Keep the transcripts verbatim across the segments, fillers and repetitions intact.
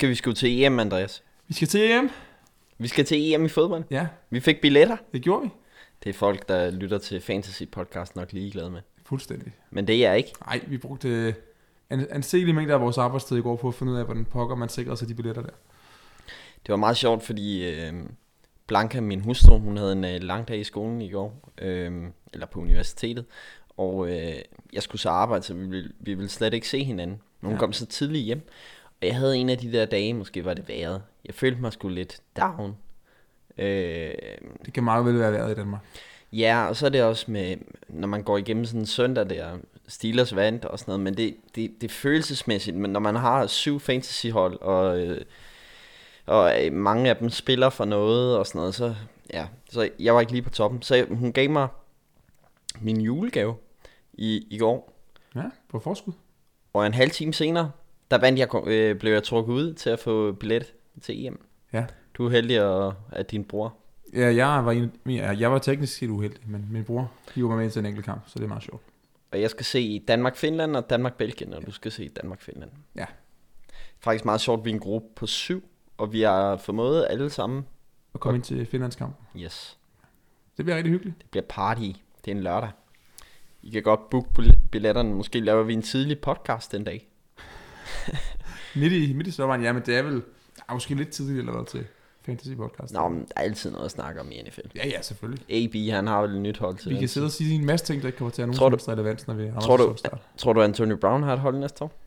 skal vi sgu til E M, Andreas. Vi skal til E M. Vi skal til E M i fodbold. Ja. Vi fik billetter. Det gjorde vi. Det er folk, der lytter til Fantasy Podcast nok ligeglade med. Fuldstændig. Men det er jeg ikke. Nej, vi brugte en anselig mængde af vores arbejdstid i går på at finde ud af, hvordan pokker man sikrede sig de billetter der. Det var meget sjovt, fordi øh, Blanca, min hustru, hun havde en øh, lang dag i skolen i går. Øh, eller på universitetet. Og øh, jeg skulle så arbejde, så vi ville, vi ville slet ikke se hinanden. Men hun ja. kom så tidligt hjem. Og jeg havde en af de der dage, måske var det vejret. Jeg følte mig sgu lidt down. Øh, det kan meget vel være vejret i Danmark. Ja, og så er det også med, når man går igennem sådan en søndag der, Steelers vandt og sådan noget, men det, det, det er følelsesmæssigt, men når man har syv fantasyhold, og, øh, og mange af dem spiller for noget og sådan noget, så ja, så jeg var ikke lige på toppen. Så jeg, hun gav mig min julegave i, i går. Ja, på forskud. Og en halv time senere, der vandt jeg, øh, blev jeg trukket ud til at få billet til E M. Ja. Du er heldig at, at din bror. Ja, jeg var, en, jeg var teknisk helt uheldig, men min bror hiver mig med ind til en enkelt kamp, så det er meget sjovt. Og jeg skal se Danmark-Finland og Danmark-Belgien, og du skal se Danmark-Finland. Ja. Faktisk meget sjovt, vi er en gruppe på syv, og vi har formået alle sammen at komme ind til Finlands kamp. Yes. Det bliver rigtig hyggeligt. Det bliver party. Det er en lørdag. I kan godt booke billetterne. Måske laver vi en tidlig podcast den dag. midt i, midt i sommeren, ja, men det er vel er måske lidt tidligt eller hvad til Fantasy Podcast. Nå, men der er altid noget at snakke om i N F L. Ja, ja, selvfølgelig. A B, han har vel et nyt hold til. Vi kan sidde og sige en masse ting, der ikke kommer til at have nogen som relevans, når vi har tror du, tror du, Antonio Brown har et hold næste år?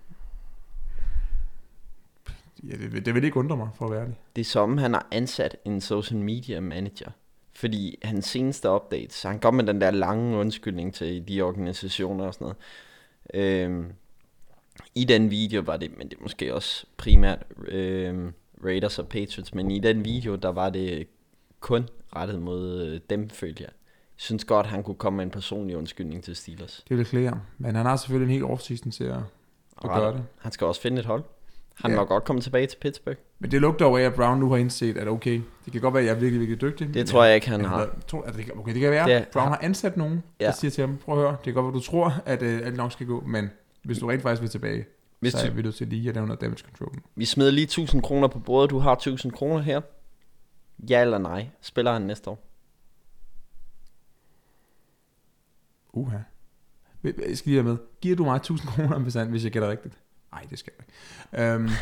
Ja, det, det vil ikke undre mig, for at være ærlig. Det er som, han har ansat en social media manager. Fordi hans seneste updates, så han kom med den der lange undskyldning til de organisationer og sådan noget. Øhm, I den video var det, men det er måske også primært øhm, Raiders og Patriots, men i den video, der var det kun rettet mod øh, dem, følte jeg. Jeg synes godt, han kunne komme med en personlig undskyldning til Steelers. Det vil klæde ham, men han har selvfølgelig en hel offseason til at, at gøre det. Han skal også finde et hold. Han ja. må godt komme tilbage til Pittsburgh. Men det lugter over af, at Brown nu har indset, at okay, det kan godt være, at jeg er virkelig, virkelig dygtig. Det tror jeg ikke, han jeg har. Tror, at det, okay, det kan være, at Brown har ansat nogen, der ja. siger til ham, prøv at høre, det kan godt være, du tror, at uh, alt nok skal gå, men hvis du rent faktisk vil tilbage, hvis så er vi nødt til lige at lave noget damage control. Vi smider lige tusind kroner på bordet. Du har tusind kroner her. Ja eller nej? Spiller han næste år? Uha. Jeg skal lige have med. Giver du mig tusind kroner, hvis, han, hvis jeg gætter rigtigt? Nej, det skal jeg ikke. Um,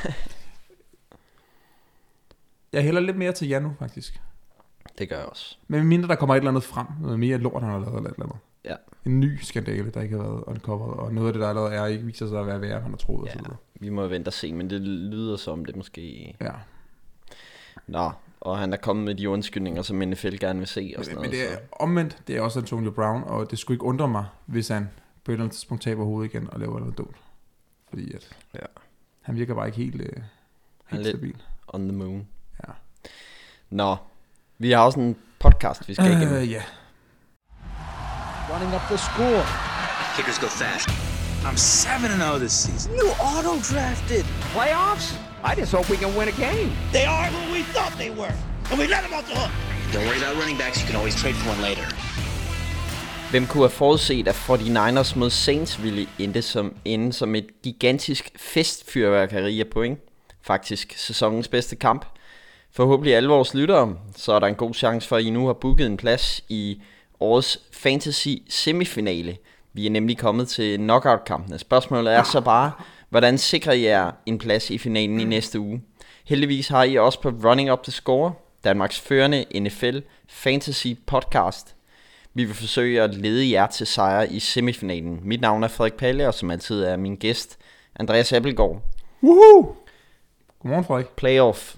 jeg hælder lidt mere til Janu, faktisk. Det gør jeg også. Men mindre der kommer et eller andet frem. Noget mere lort, han har lavet eller et eller andet. Ja. En ny skandale, der ikke har været uncovered. Og noget af det, der allerede er, ikke viser sig at være værre, han har troet. Ja, og så vi må vente og se, men det lyder som det måske... Ja. Nå, og han er kommet med de undskyldninger, som N F L gerne vil se og sådan men, noget. Men det er så. omvendt, det er også Antonio Brown, og det skulle ikke undre mig, hvis han på et eller andet tidspunkt taber hovedet igen og laver noget dumt. Fordi at ja. han virker bare ikke helt, øh, helt stabil. On the moon. Ja. Nå, vi har også en podcast, vi skal uh, igennem. Ja. Yeah. Running up the score. Kickers go fast. I'm seven and oh this season. You auto-drafted. Playoffs? I just hope we can win a game. They are who we thought they were, and we let them off the hook. Don't worry about running backs. You can always trade for one later. Hvem kunne have forudset, at forty-niners mod Saints ville ende som, ende som et gigantisk festfyrværkeri af point? Faktisk sæsonens bedste kamp. Forhåbentlig alle vores lyttere, så er der en god chance for, at I nu har booket en plads i årets fantasy semifinale. Vi er nemlig kommet til knockout-kampene. Spørgsmålet er så bare, hvordan sikrer I jer en plads i finalen i næste uge? Heldigvis har I også på Running Up The Score, Danmarks førende N F L fantasy podcast. Vi vil forsøge at lede jer til sejr i semifinalen. Mit navn er Frederik Palle, og som altid er min gæst, Andreas Appelgaard. Woohoo! Godmorgen, Frederik. Playoff.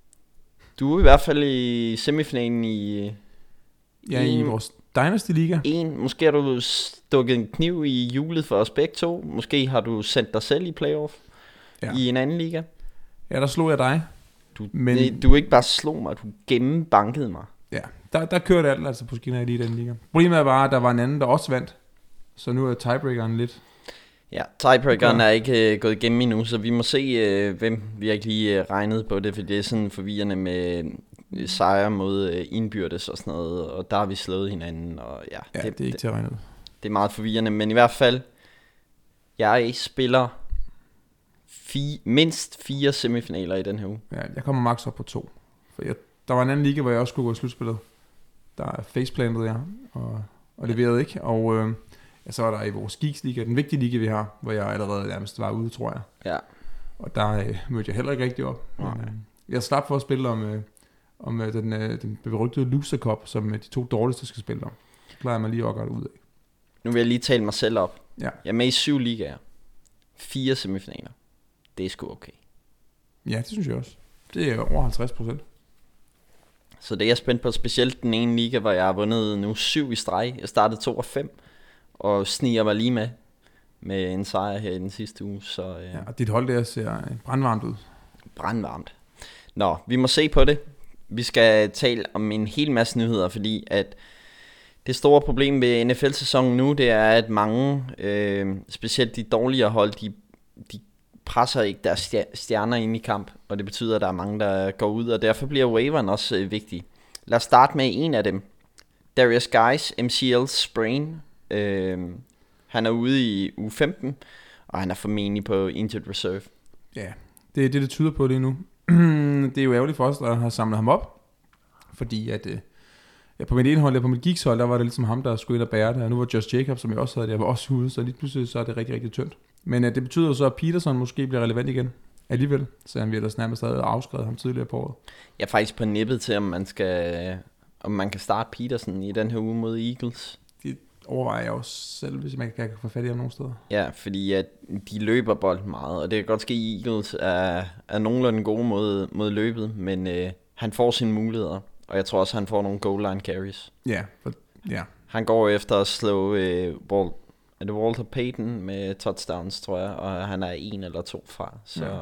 Du er i hvert fald i semifinalen i... Ja, i, i vores Dynasty Liga. En. Måske har du stukket en kniv i hjulet for os begge to. Måske har du sendt dig selv i playoff ja. i en anden liga. Ja, der slog jeg dig. Du, Men... det, du ikke bare slog mig, du gennembankede mig. Ja, der, der kørte alt altså på skinner i lige den liga. Problemet er bare, at der var en anden, der også vandt. Så nu er tiebreakeren lidt... Ja, tiebreakeren er ikke øh, gået igennem endnu, så vi må se, øh, hvem vi har ikke lige øh, regnet på det, for det er sådan forvirrende med øh, sejre mod øh, indbyrdes og sådan noget, og der har vi slået hinanden, og ja, ja det, det er ikke til at regne ud. Det er meget forvirrende, men i hvert fald, jeg spiller fire, mindst fire semifinaler i den her uge. Ja, jeg kommer max op på to. For jeg, der var en anden liga, hvor jeg også skulle gå i slutspillet. Der faceplantede jeg, og, og leverede ikke. Og øh, ja, så var der i vores Geeks-liga, den vigtige liga, vi har, hvor jeg allerede nærmest var ude, tror jeg. Ja. Og der øh, mødte jeg heller ikke rigtig op. Men, øh, jeg slap for at spille om, øh, om øh, den, øh, den berygtede Loser Cup, som øh, de to dårligste skal spille om. Så plejer man lige at gøre det ud af. Nu vil jeg lige tale mig selv op. Ja. Jeg er med i syv ligaer. Fire semifinaler. Det er sgu okay. Ja, det synes jeg også. Det er over halvtreds procent. Så det er jeg spændt på, specielt den ene liga, hvor jeg har vundet nu syv i streg. Jeg startede to og fem, og sniger mig lige med, med en sejr her i den sidste uge. Så, øh, ja, og dit hold der ser brandvarmt ud. Brandvarmt. Nå, vi må se på det. Vi skal tale om en hel masse nyheder, fordi at det store problem ved N F L-sæsonen nu, det er, at mange, øh, specielt de dårligere hold, de, de presser ikke deres stjerner ind i kamp, og det betyder, at der er mange, der går ud, og derfor bliver waiveren også øh, vigtig. Lad os starte med en af dem. Darius Guice, M C L sprain. Øh, han er ude i uge femten, og han er formentlig på injured reserve. Ja, det er det, det tyder på det nu. Det er jo ærgerligt for os, der har samlet ham op, fordi at øh, ja, på mit ene hold, på mit Geeks hold, der var det ligesom ham, der skulle ind og bære det, og nu var Josh Jacobs, som jeg også havde, jeg var også ude, så lige pludselig så er det rigtig, rigtig tyndt. Men øh, det betyder jo så, at Peterson måske bliver relevant igen alligevel, så han vil ellers nærmest have afskrevet ham tidligere på året. Jeg er faktisk på nippet til, om man skal, om man kan starte Peterson i den her uge mod Eagles. Det overvejer jeg også selv, hvis man kan få fat i ham nogle steder. Ja, fordi at de løber bolden meget, og det kan godt ske, at Eagles er, er nogenlunde gode mod, mod løbet, men øh, han får sine muligheder, og jeg tror også, han får nogle goal line carries. Ja, for, ja. Han går efter at slå øh, Walt, er det Walter Payton med touchdowns, tror jeg, og han er en eller to fra. Så ja,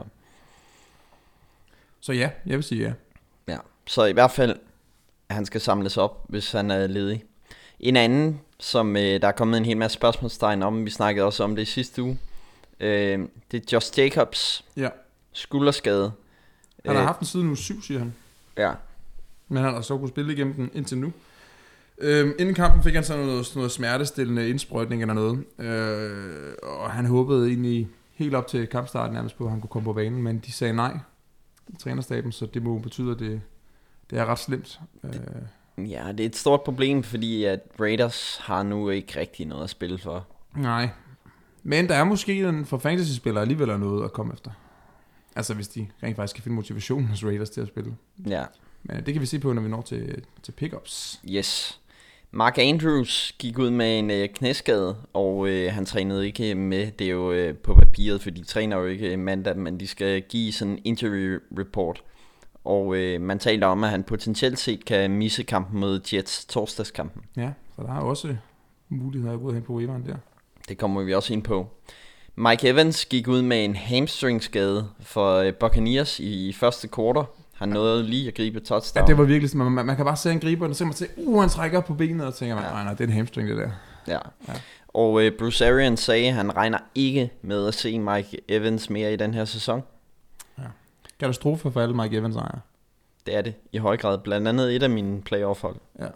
så ja jeg vil sige ja. Ja, så i hvert fald, han skal samles op, hvis han er ledig. En anden, som øh, der er kommet en hel masse spørgsmålstegn om, vi snakkede også om det i sidste uge, øh, det er Josh Jacobs. Ja. Skulderskade. Han har haft den siden uge syv, siger han. Ja. Men han har så kunnet spille igennem den indtil nu. Øhm, inden kampen fik han så noget, noget smertestillende indsprøjtning eller noget. Øh, og han håbede egentlig helt op til kampstarten nærmest på, at han kunne komme på banen. Men de sagde nej i trænerstaben, så det må betyde, at det, det er ret slemt. Øh. Ja, det er et stort problem, fordi at Raiders har nu ikke rigtig noget at spille for. Nej. Men der er måske en for fantasy-spillere alligevel noget at komme efter. Altså hvis de rent faktisk kan finde motivationen hos Raiders til at spille. Ja. Men det kan vi se på, når vi når til, til pickups. Yes. Mark Andrews gik ud med en øh, knæskade, og øh, han trænede ikke med. Det er jo øh, på papiret, for de træner jo ikke mandag, men de skal give sådan en injury report. Og øh, man taler om, at han potentielt set kan misse kampen mod Jets, torsdagskampen. Ja, så der er også muligheder at gå hen på waiveren der. Det kommer vi også ind på. Mike Evans gik ud med en hamstringskade for øh, Buccaneers i, i første kvartal. Han nåede lige at gribe touchdown. Ja, det var virkelig, man, man, man kan bare se en griber, og så kan man se, uh, han trækker på benet, og tænker man, ja. nej, nej, det er en hamstring, det der. Ja, ja. Og øh, Bruce Arians sagde, at han regner ikke med at se Mike Evans mere i den her sæson. Ja. Katastrofe for alle Mike Evans ejer. Det er det, i høj grad. Blandt andet et af mine playoff-hold. Ja.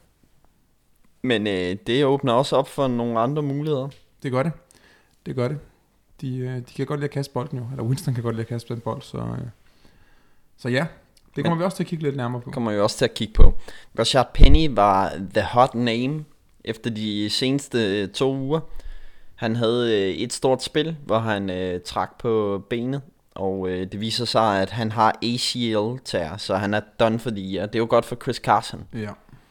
Men øh, det åbner også op for nogle andre muligheder. Det gør det. Det gør det. De, øh, de kan godt lide at kaste bolden jo. Eller Winston kan godt lide at kaste den bold, så... Øh. Så ja, det kommer Men, vi også til at kigge lidt nærmere på. kommer vi også til at kigge på. Rashad Penny var the hot name efter de seneste to uger. Han havde et stort spil, hvor han øh, trak på benet, og øh, det viser sig, at han har A C L-tær, så han er done for the year. Det er jo godt for Chris Carson. Ja.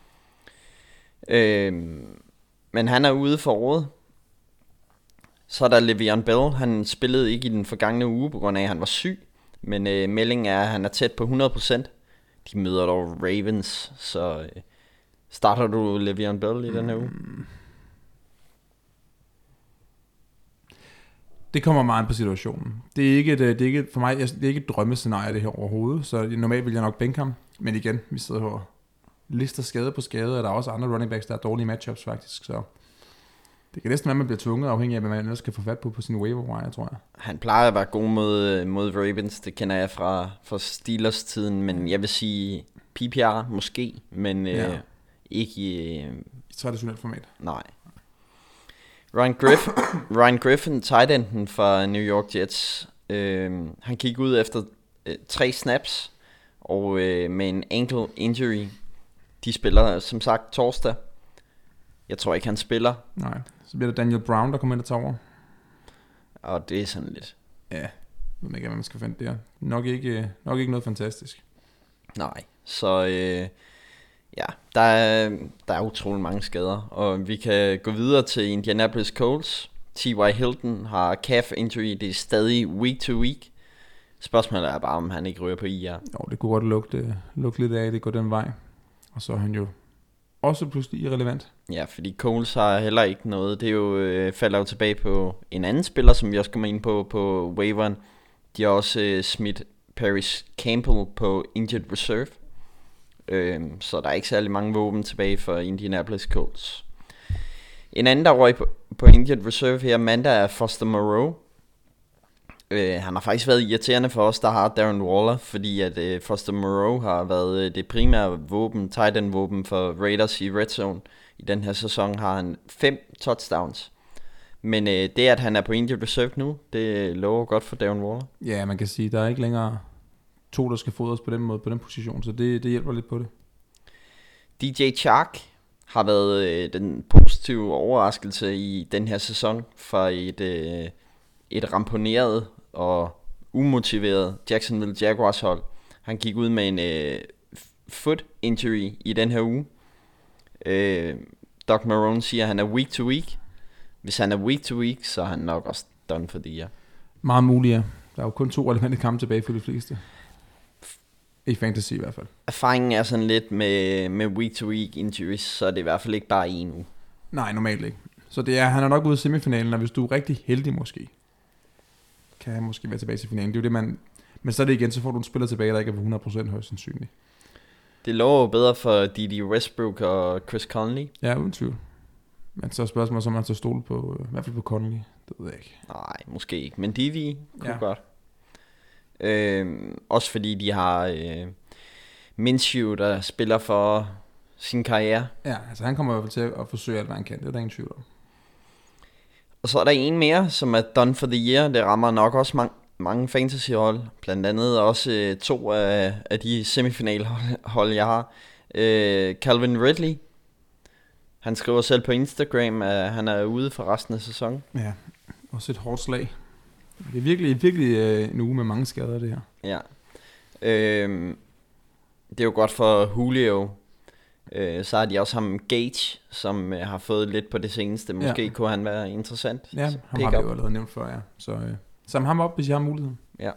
Øh, men han er ude for året. Så er der Le'Veon Bell. Han spillede ikke i den forgangne uge, på grund af, at han var syg. Men øh, meldingen er, at han er tæt på hundrede procent. De møder dog Ravens, så øh, starter du Le'Veon Bell i den her uge? Det kommer meget på situationen. Det er ikke, et, det er ikke for mig, det er ikke et drømmescenarie det her overhovedet, så normalt vil jeg nok bænke ham. Men igen, vi sidder her og lister skade på skade, og der er også andre running backs, der er dårlige matchups faktisk, så det kan næsten være, at man bliver tvunget afhængig af, hvad man ellers skal få fat på på sin waiver wire, tror jeg. Han plejer at være god mod, mod Ravens, det kender jeg fra, fra Steelers-tiden, men jeg vil sige P P R måske, men ja. øh, ikke i... Øh, I traditionelt format. Nej. Ryan Griffin, Ryan Griffin, tight enden fra New York Jets, Øh, han gik ud efter øh, tre snaps, og øh, med en ankle injury. De spiller som sagt torsdag. Jeg tror ikke han spiller. Nej, så bliver det Daniel Brown, der kommer ind og tager over. Og det er sådan lidt. Ja, jeg ved ikke, hvad man skal finde der. Nok ikke, nok ikke noget fantastisk. Nej, så øh, ja, der er, der er utrolig mange skader. Og vi kan gå videre til Indianapolis Colts. T Y. Hilton har calf injury. Det er stadig week to week. Spørgsmålet er bare, om han ikke ryger på I R. Jo, det kunne godt lugte, lugte lidt af, det går den vej. Og så er han jo også pludselig irrelevant. Ja, fordi Coles har heller ikke noget. Det er jo, øh, falder jo tilbage på en anden spiller, som vi også kommer ind på på waiveren. De har også øh, smidt Paris Campbell på injured reserve. Øh, så der er ikke særlig mange våben tilbage for Indianapolis Colts. En anden, der røg på, på injured reserve her mandag, er Foster Moreau. Øh, han har faktisk været irriterende for os, der har Darren Waller, fordi at øh, Foster Moreau har været øh, det primære våben, tight end våben for Raiders i red zone. I den her sæson har han fem touchdowns. Men øh, det, at han er på injured reserve nu, det lover godt for Darren Waller. Ja, man kan sige, der er ikke længere to, der skal fodres på den måde, på den position, så det, det hjælper lidt på det. D J Chark har været øh, den positive overraskelse i den her sæson for et, øh, et ramponeret og umotiveret Jacksonville Jaguars hold. Han gik ud med en øh, foot injury i den her uge. Øh, Doc Marrone siger, at han er week to week. Hvis han er week to week, så er han nok også done for det her. Meget muligt, ja. Der er jo kun to relevante kampe tilbage for de fleste. I fantasy i hvert fald. Erfaringen er sådan lidt med, med week to week injuries, så er det i hvert fald ikke bare en uge. Nej, normalt ikke. Så det er, han er nok ude i semifinalen, og hvis du er rigtig heldig måske, kan han måske være tilbage til finalen. Det er jo det, man... Men så er det igen, så får du en spiller tilbage, der ikke er på hundrede procent højst sandsynligt. Det lover jo bedre for D D Westbrook og Chris Conley. Ja, uden tvivl. Men så er spørgsmålet, om man så stole på, i hvert fald på Conley. Det ved jeg ikke. Nej, måske ikke, men D D kunne Ja. godt. Øhm, også fordi de har øh, Minshew, der spiller for sin karriere. Ja, altså han kommer i hvert fald til at forsøge alt, hvad han kan. Det er der ingen tvivl om. Og så er der en mere, som er done for the year. Det rammer nok også mange, mange fantasyhold. Blandt andet også øh, to af, af de semifinalhold, jeg har. Øh, Calvin Ridley. Han skriver selv på Instagram, at han er ude for resten af sæsonen. Ja, også et hårdt slag. Det er virkelig, virkelig øh, en uge med mange skader, det her. Ja. Øh, det er jo godt for Julio. Øh, så har de også ham Gage, som øh, har fået lidt på det seneste. Måske Ja. kunne han være interessant. Ja, Så ham pick har vi up. jo allerede nævnt før, ja. Så øh, sam ham op, hvis jeg har muligheden. Ja.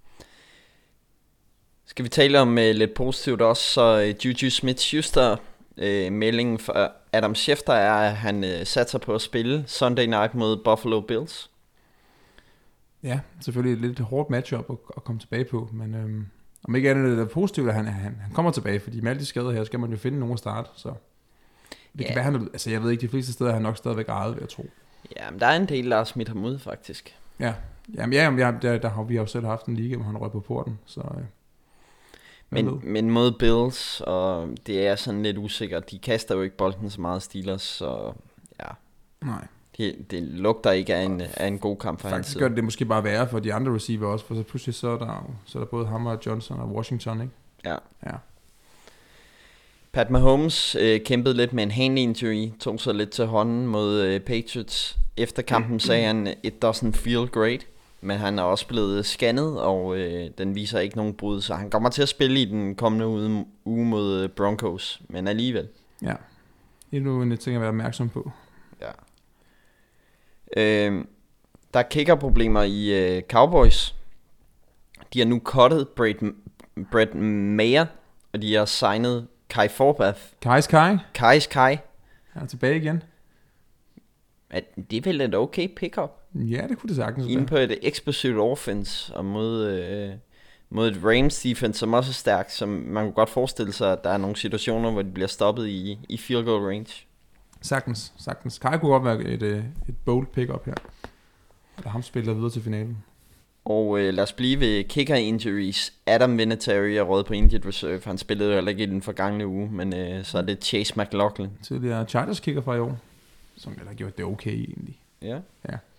Skal vi tale om øh, lidt positivt også, så øh, Juju Smith-Schuster, øh, meldingen for Adam Schefter er, at han øh, satser på at spille Sunday night mod Buffalo Bills. Ja, selvfølgelig et lidt hårdt matchup at, at komme tilbage på, men øhm, om ikke andet er det positivt, at han, han, han kommer tilbage, fordi med alle de skader her, skal man jo finde nogen at starte, så det Ja. kan være, han, altså jeg ved ikke, de fleste steder har han nok stadigvæk ejet, vil jeg tro. Ja, men der er en del, der har smidt ham ud, faktisk. Ja, jamen, ja, jamen, ja der, der har vi jo selv haft en liga, hvor han røg på porten, så øh, hvem ved? Men, men mod Bills, og det er sådan lidt usikkert. De kaster jo ikke bolden så meget Steelers, så ja, Nej, det, det lugter ikke af en, af en god kamp for hans faktisk side. gør det, det måske bare værre for de andre receiver også, for så pludselig så er der, jo- så er der både ham og Johnson og Washington, ikke? Ja. Ja. Pat Mahomes øh, kæmpede lidt med en hand injury, tog sig lidt til hånden mod øh, Patriots. Efter kampen sagde han, it doesn't feel great, men han er også blevet scannet, og øh, den viser ikke nogen brud, så han kommer til at spille i den kommende uge, uge mod øh, Broncos, men alligevel. Ja, endnu en ting at være opmærksom på. Ja. Øh, der er kickerproblemer i øh, Cowboys. De har nu cuttet Brett, Brett Mayer, og de har signet Kai Forbath. Kai Sky, Kai's Kai. han er tilbage igen. At det er vel et okay pickup. Ja, det kunne det sagtens Inde være. på et explosivt offense og mod, øh, mod et Rams defense, som også er stærkt, som man kunne godt forestille sig, at der er nogle situationer, hvor de bliver stoppet i, i field goal range. Sagtens, sagtens. Kai kunne godt være et, øh, et bold pick-up her. Der ham spiller videre til finalen. Og øh, lad os blive ved kicker injuries. Adam Vinatieri er råd på injured reserve. Han spillede jo heller ikke i den forgangne uge, men øh, så er det Chase McLaughlin. Tidligere Chargers kicker fra i år, som der har gjort det okay egentlig. Ja.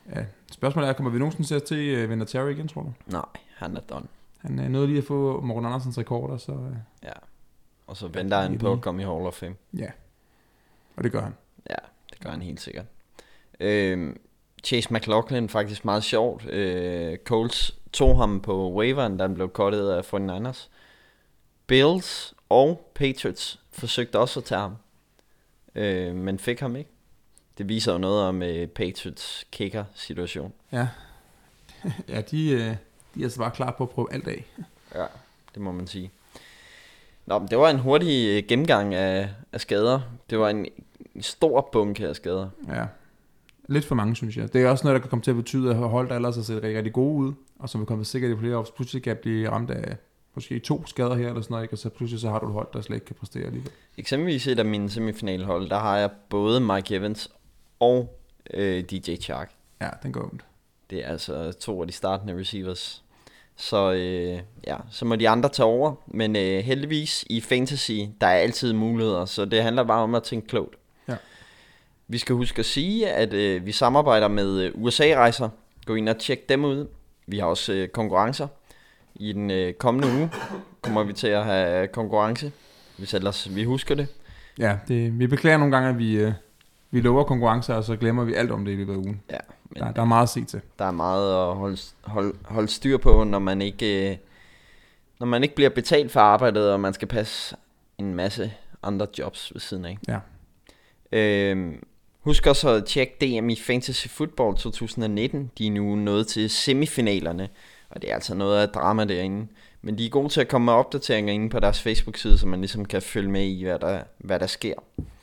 Ja, spørgsmålet er, kommer vi nogensinde til at se uh, Vinatieri igen, tror du? Nej, han er done. Han er nødt lige at få Morten Andersens rekorder, så... Uh, ja, og så venter han på at komme i Hall of Fame. Ja, og det gør han. Ja, det gør han helt sikkert. Øhm, Chase McLaughlin, faktisk meget sjovt. Øh, Colts tog ham på waiveren, da han blev cuttet af forty-niners. Bills og Patriots forsøgte også at tage ham, øh, men fik ham ikke. Det viser jo noget om øh, Patriots kicker-situation. Ja, ja de, øh, de er altså bare klar på at prøve alt af. Ja, det må man sige. Nå, men det var en hurtig øh, gennemgang af, af skader. Det var en, en stor bunke af skader. Ja, lidt for mange, synes jeg. Det er også noget, der kan komme til at betyde, at hold, der ellers har set rigtig, rigtig gode ud, og som er kommet sikkert i playoffs, pludselig kan blive ramt af måske to skader her, eller sådan noget, ikke? Og så pludselig så har du et hold, der slet ikke kan præstere alligevel. Eksempelvis et af mine semifinalhold, der har jeg både Mike Evans og øh, D J Chark. Ja, den går ondt. Det er altså to af de startende receivers. Så øh, ja, så må de andre tage over. Men øh, heldigvis i fantasy, der er altid muligheder, så det handler bare om at tænke klogt. Ja. Vi skal huske at sige, at øh, vi samarbejder med øh, U S A-rejser. Gå ind og tjek dem ud. Vi har også øh, konkurrencer. I den øh, kommende uge kommer vi til at have konkurrence, hvis ellers vi husker det. Ja, det, vi beklager nogle gange, at vi, øh, vi lover konkurrencer, og så glemmer vi alt om det i løbet af ugen. Ja, men der, der er meget at se til. Der er meget at holde, holde, holde styr på, når man ikke øh, når man ikke bliver betalt for arbejdet, og man skal passe en masse andre jobs ved siden af. Ja. Øhm, husk også at tjekke D M i Fantasy Football to tusind nitten. De er nu nået til semifinalerne, og det er altså noget af drama derinde. Men de er gode til at komme med opdateringer inde på deres Facebook-side, så man ligesom kan følge med i, hvad der, hvad der sker.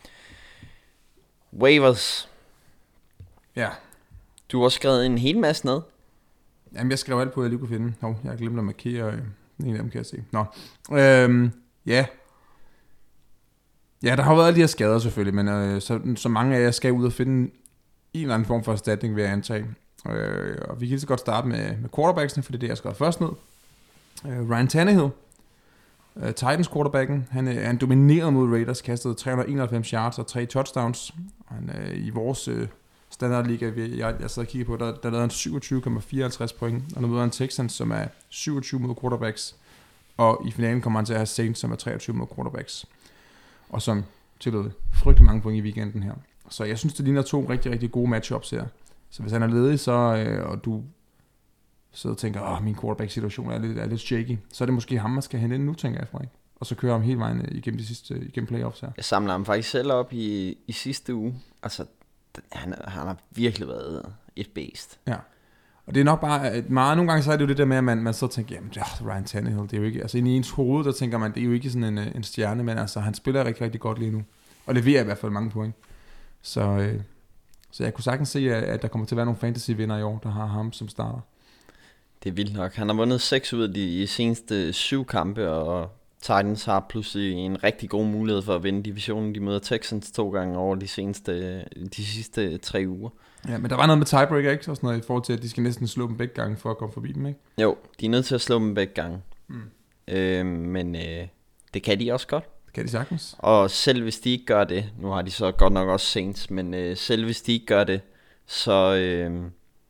Waivers. Ja. Du har også skrevet en hel masse ned. Jamen, jeg skrev alt på, at jeg lige kunne finde. Nå, jeg har glemt at markere. Øh, en af dem kan jeg se. Nå. Øhm, ja. Ja, der har været alle de her skader selvfølgelig, men øh, så, så mange af jer skal ud og finde en eller anden form for erstatning, vil jeg antage. Øh, og vi kan lige så godt starte med, med quarterbacksene, for det er det, jeg skrev først ned. Øh, Ryan Tannehill, øh, Titans quarterbacken, han, øh, han dominerede mod Raiders, kastede tre hundrede og enoghalvfems yards og tre touchdowns. Han, øh, I vores øh, standardliga, jeg, jeg sad og kiggede på, der, der lavede han syvogtyve komma fireoghalvtreds point, og nu møder han Texans, som er syvogtyve mod quarterbacks, og i finalen kommer han til at have Saints, som er treogtyve mod quarterbacks, og som tillod frygtelig mange point i weekenden her. Så jeg synes, det ligner to rigtig, rigtig gode matchups her. Så hvis han er ledig, så, øh, og du så tænker, åh, min quarterback-situation er lidt, er lidt shaky, så er det måske ham, man skal hente ind nu, tænker jeg, Frederik. Og så kører ham hele vejen igennem, de sidste, igennem playoffs her. Jeg samler ham faktisk selv op i, i sidste uge. Altså, han, han har virkelig været et beast. Ja, og det er nok bare, meget, nogle gange så er det jo det der med, at man, man så tænker, jamen, ja, Ryan Tannehill, det er jo ikke, altså inde i ens hoved, der tænker man, det er jo ikke sådan en, en stjerne, men altså, han spiller rigtig, rigtig godt lige nu. Og leverer i hvert fald mange point. Så, øh, så jeg kunne sagtens se, at, at der kommer til at være nogle fantasy-vinder i år, der har ham som starter. Det er vildt nok. Han har vundet seks ud af de seneste syv kampe, og Titans har pludselig en rigtig god mulighed for at vinde divisionen. De møder Texans to gange over de seneste, de sidste tre uger. Ja, men der var noget med tiebreaker, ikke? Så sådan noget, i forhold til, at de skal næsten slå dem begge gange for at komme forbi dem, ikke? Jo, de er nødt til at slå dem begge gange. Mm. Øh, men øh, det kan de også godt. Det kan de sagtens. Og selv hvis de ikke gør det, nu har de så godt nok også Saints, men øh, selv hvis de ikke gør det, så... Øh,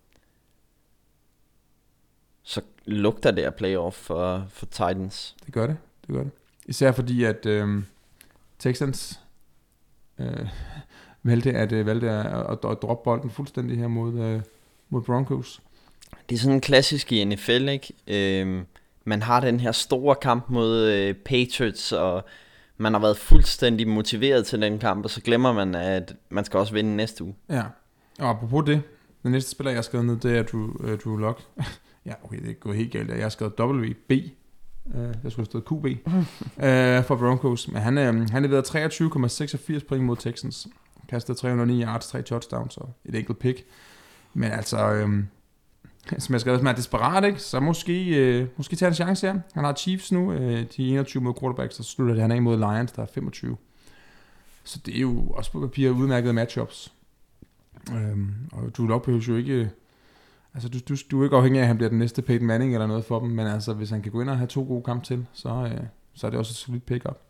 så lugter det af playoff for, for Titans. Det gør det, det gør det. Især fordi, at øh, Texans øh, valgte, at, øh, valgte at, at, at droppe bolden fuldstændig her mod, øh, mod Broncos. Det er sådan klassisk i N F L, ikke? Øh, man har den her store kamp mod øh, Patriots, og man har været fuldstændig motiveret til den kamp, og så glemmer man, at man skal også vinde næste uge. Ja, og apropos det, den næste spiller, jeg har skrevet ned, det er Drew, uh, Drew Lock. Ja, okay, det er gået helt galt. Jeg har skrevet W B. Uh, jeg skulle have stået Q B uh, for Broncos. Men han, uh, han leverede treogtyve komma seksogfirs point mod Texans. Kastede tre hundrede og ni yards, tre touchdowns og et enkelt pick. Men altså, um, som jeg skrev, hvis man er desperat, ikke, så måske, uh, måske tage en chance her. Han har Chiefs nu, uh, de enogtyve mod quarterbacks, og så slutter det han af mod Lions, der er femogtyve. Så det er jo også på papir udmærkede matchups. Um, og Drew Lock behøver jo ikke... Altså, du, du, du er ikke afhængig af, at han bliver den næste Peyton Manning eller noget for dem, men altså, hvis han kan gå ind og have to gode kampe til, så, øh, så er det også et solidt pick-up.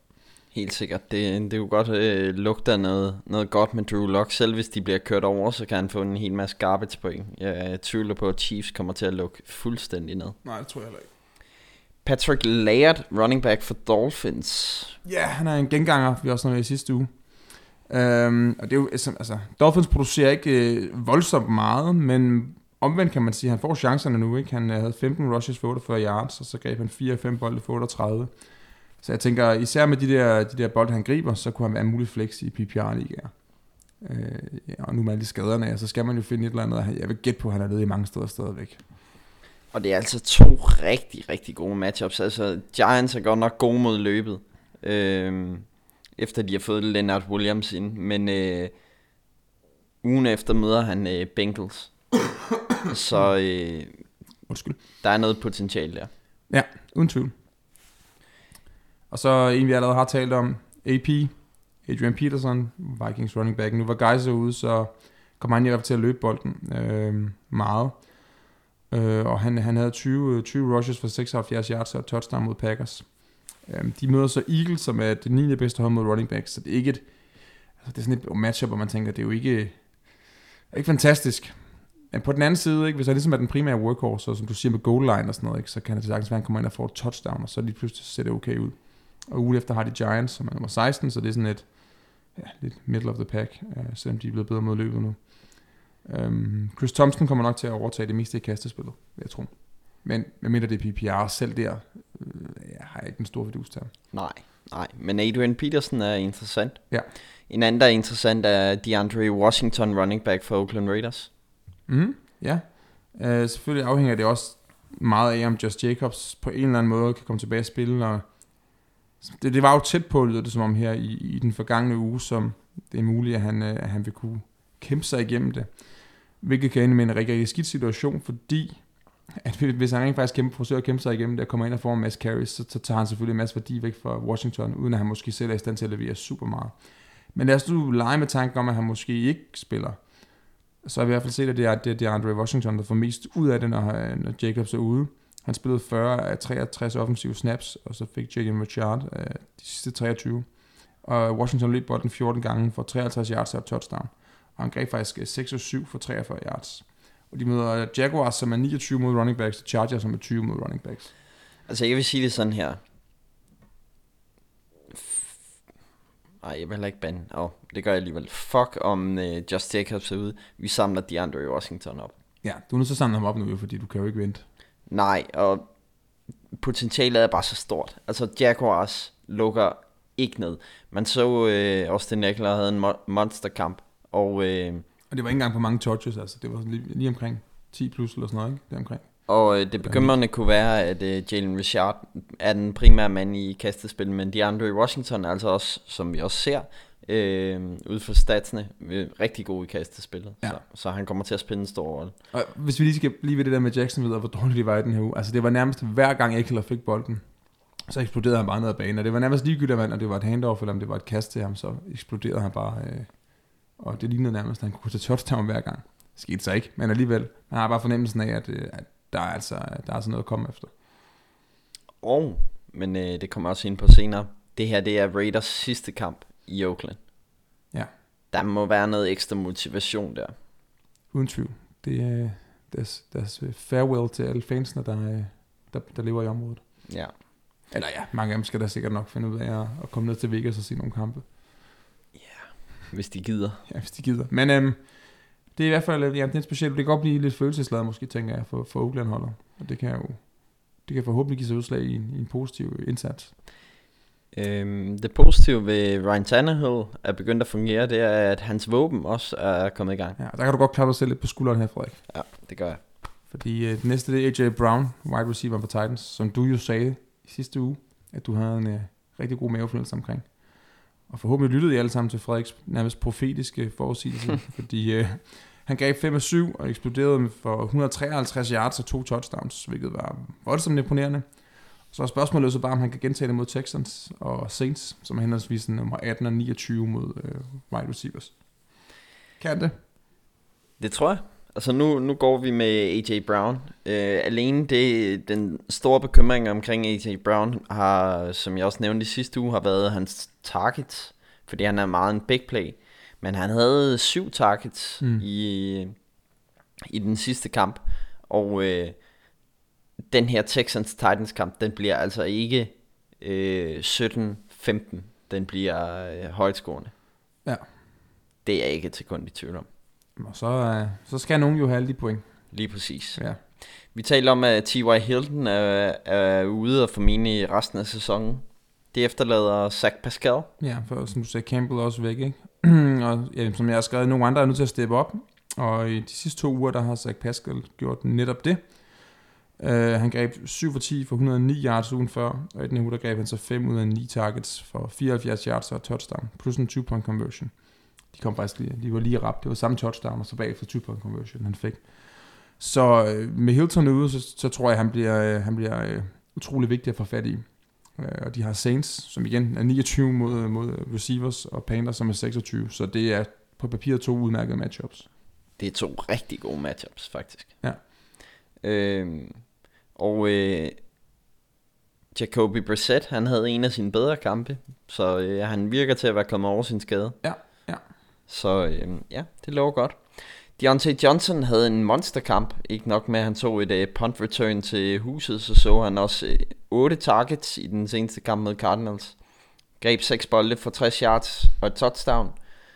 Helt sikkert. Det, det kunne godt øh, lugte af noget, noget godt med Drew Lock. Selv hvis de bliver kørt over, så kan han få en hel masse garbage point. Jeg tvivler på, at Chiefs kommer til at lukke fuldstændig ned. Nej, det tror jeg heller ikke. Patrick Laird, running back for Dolphins. Ja, yeah, han er en genganger, vi også nåede i sidste uge. Um, og det er jo, altså, Dolphins producerer ikke øh, voldsomt meget, men omvendt kan man sige, at han får chancerne nu, ikke? Han havde femten rushes for otteogfyrre yards, og så greb han fire fem bolde for otteogtredive. Så jeg tænker, især med de der, de der bolde, han griber, så kunne han være en mulig flex i P P R-ligaer. Uh, ja, og nu med alle de skaderne af, så skal man jo finde et eller andet. Jeg vil gætte på, at han er nede i mange steder stadigvæk. Og det er altså to rigtig, rigtig gode matchups. Altså, Giants er godt nok gode mod løbet, øh, efter de har fået Leonard Williams ind. Men øh, ugen efter møder han øh, Bengals. Så øh, Undskyld. Der er noget potentiale der. Ja, uden tvivl. Og så en, vi allerede har talt om, A P, Adrian Peterson, Vikings running back. Nu var Geiser ude, så kom han i hvert fald til at løbe bolden øh, meget. Øh, og han, han havde tyve, tyve rushes for seksoghalvfjerds yards og touchdown mod Packers. Øh, de møder så Eagles, som er det niende bedste hold mod running backs. Så det er ikke et, altså det er sådan et matchup, hvor man tænker, det er jo ikke, ikke fantastisk. Men på den anden side, ikke, hvis han ligesom er den primære workhorse, så som du siger med goal line og sådan noget, ikke, så kan det sagtens være, at han kommer ind og får et touchdown, og så lige pludselig ser det okay ud. Og ugen efter har de Giants, som er nummer seksten, så det er sådan et ja, lidt middle of the pack, øh, selvom de er blevet bedre mod løbet nu. Um, Chris Thompson kommer nok til at overtage det meste i kastespillet, vil jeg tro. Men medmindre det er P P R selv der, øh, jeg har ikke en stor fidus til ham. Nej, nej. Men Adrian Peterson er interessant. Ja. En anden, der er interessant, er DeAndre Washington, running back for Oakland Raiders. Mm, ja. Uh, selvfølgelig afhænger det også meget af, om Josh Jacobs på en eller anden måde kan komme tilbage og spille. Og det, det var jo tæt på, lyder det som om her i, i den forgangne uge, som det er muligt, at han, at han vil kunne kæmpe sig igennem det. Hvilket kan ende med en rigtig, rigtig skidt situation, fordi at hvis han rent faktisk kæmpe, forsøger at kæmpe sig igennem det og kommer ind og får en masse carries, så, så tager han selvfølgelig en masse værdi væk fra Washington, uden at han måske selv er i stand til at levere super meget. Men lad os nu lege med tanken om, at han måske ikke spiller. Så har vi i hvert fald set, at det er, det er DeAndre Washington, der får mest ud af det, når, når Jacobs er ude. Han spillede fyrre af treogtres offensive snaps, og så fik Jalen Richard øh, de sidste treogtyve. Og Washington løb bolden fjorten gange for treoghalvtreds yards og touchdown. Og han greb faktisk seks og syv for treogfyrre yards. Og de møder Jaguars, som er niogtyve mod running backs, og Chargers, som er tyve mod running backs. Altså, jeg vil sige det sådan her. Nej, jeg vil heller ikke bande. Åh, oh, det gør jeg alligevel. Fuck om uh, Josh Jacobs er ude. Vi samler DeAndre Washington op. Ja, du er nødt til at samle ham op nu, fordi du kan jo ikke vente. Nej, og potentialet er bare så stort. Altså, Jaguars lukker ikke ned. Man så uh, Austin Ekeler havde en mo- monsterkamp. Og, øh, og det var ikke engang på mange touches, altså det var lige, lige omkring ti plus eller sådan noget, ikke? Det omkring. Og øh, det bekymrende kunne være, at øh, Jalen Richard er den primære mand i kastespil, men DeAndre Washington er altså også, som vi også ser, øh, ud fra statsene, øh, rigtig god i kastespillet. Ja. Så, så han kommer til at spille en stor rolle. Og hvis vi lige skal blive ved det der med Jacksonville, og hvor dårligt de var i den her uge, altså det var nærmest hver gang Ekeler fik bolden, så eksploderede han bare ned ad banen, og det var nærmest ligegyldigt, om det var et handoff, eller om det var et kast til ham, så eksploderede han bare... Øh, og det lignede nærmest, at han kunne tage touchdown hver gang. Det skete så ikke, men alligevel. Man har bare fornemmelsen af, at, at der, er altså, der er altså noget at komme efter. Og, men øh, det kommer også ind på senere. Det her, det er Raiders sidste kamp i Oakland. Ja. Der må være noget ekstra motivation der. Uden tvivl. Det er deres, deres farewell til alle fansene, der, der, der lever i området. Ja. Eller ja, mange af dem skal da sikkert nok finde ud af at, at komme ned til Vegas og se nogle kampe. Hvis de gider. Ja, hvis de gider. Men øhm, det er i hvert fald ja, det er specielt. Det kan godt blive lidt følelsesladet, måske, tænker jeg, for, for Oakland-holder. Og det kan jo det kan forhåbentlig give sig udslag i en, i en positiv indsats. Øhm, det positive ved Ryan Tannehill er begyndt at fungere, det er, at hans våben også er kommet i gang. Ja, der kan du godt klare dig selv lidt på skulderen her, Frederik. Ja, det gør jeg. Fordi øh, det næste, det er A J Brown, wide receiver for Titans, som du jo sagde i sidste uge, at du havde en øh, rigtig god mavefornemmelse omkring. Og forhåbentlig lyttede I alle sammen til Frederiks nærmest profetiske forudsigelse, fordi øh, han greb fem af syv og eksploderede for et hundrede og treoghalvtreds yards og to touchdowns, hvilket var voldsomt imponerende. Så er spørgsmålet så bare, om han kan gentage det mod Texans og Saints, som er henholdsvis nummer atten og niogtyve mod øh, wide receivers. Kan det? Det tror jeg. Altså nu, nu går vi med A J Brown. Øh, alene det, den store bekymring omkring A J Brown har, som jeg også nævnte i sidste uge, har været hans targets. Fordi han er meget en big play. Men han havde syv targets mm. i, i den sidste kamp. Og øh, den her Texans-Titans kamp, den bliver altså ikke øh, sytten femten. Den bliver øh, højtskårende. Ja. Det er jeg ikke til kun i tvivl om. Og så, øh, så skal nogen jo have alle de point. Lige præcis. Ja. Vi taler om, at T Y Hilton er, er ude og formentlig resten af sæsonen. Det efterlader Zach Pascal. Ja, for som du sagde, Campbell også væk, ikke? Og ja, som jeg har skrevet, nogle andre er nødt til at steppe op. Og i de sidste to uger, der har Zach Pascal gjort netop det. Uh, han greb syv for ti for et hundrede og ni yards ugen før. Og i den her uge, der greb han så fem ud af ni targets for fireoghalvfjerds yards og touchdown. Plus en tyve point conversion. De kom faktisk lige, de var lige rapt. Det var samme touchdown, og så bagefter tyve point conversion, han fik. Så uh, med Hilton ude, så, så tror jeg, han bliver, uh, han bliver uh, utrolig vigtig at få fat i. Uh, og de har Saints, som igen er niogtyve mod, mod receivers, og Panthers, som er seksogtyve. Så det er på papiret to udmærkede matchups. Det er to rigtig gode matchups, faktisk. Ja. Øhm, og øh, Jacoby Brissett, han havde en af sine bedre kampe, så øh, han virker til at være kommet over sin skade. Ja, ja. Så øh, ja, det lover godt. Deontay Johnson havde en monsterkamp. Ikke nok med, at han så et uh, punt return til huset, så så han også uh, otte targets i den seneste kamp mod Cardinals. Greb seks bolde for tres yards og et touchdown.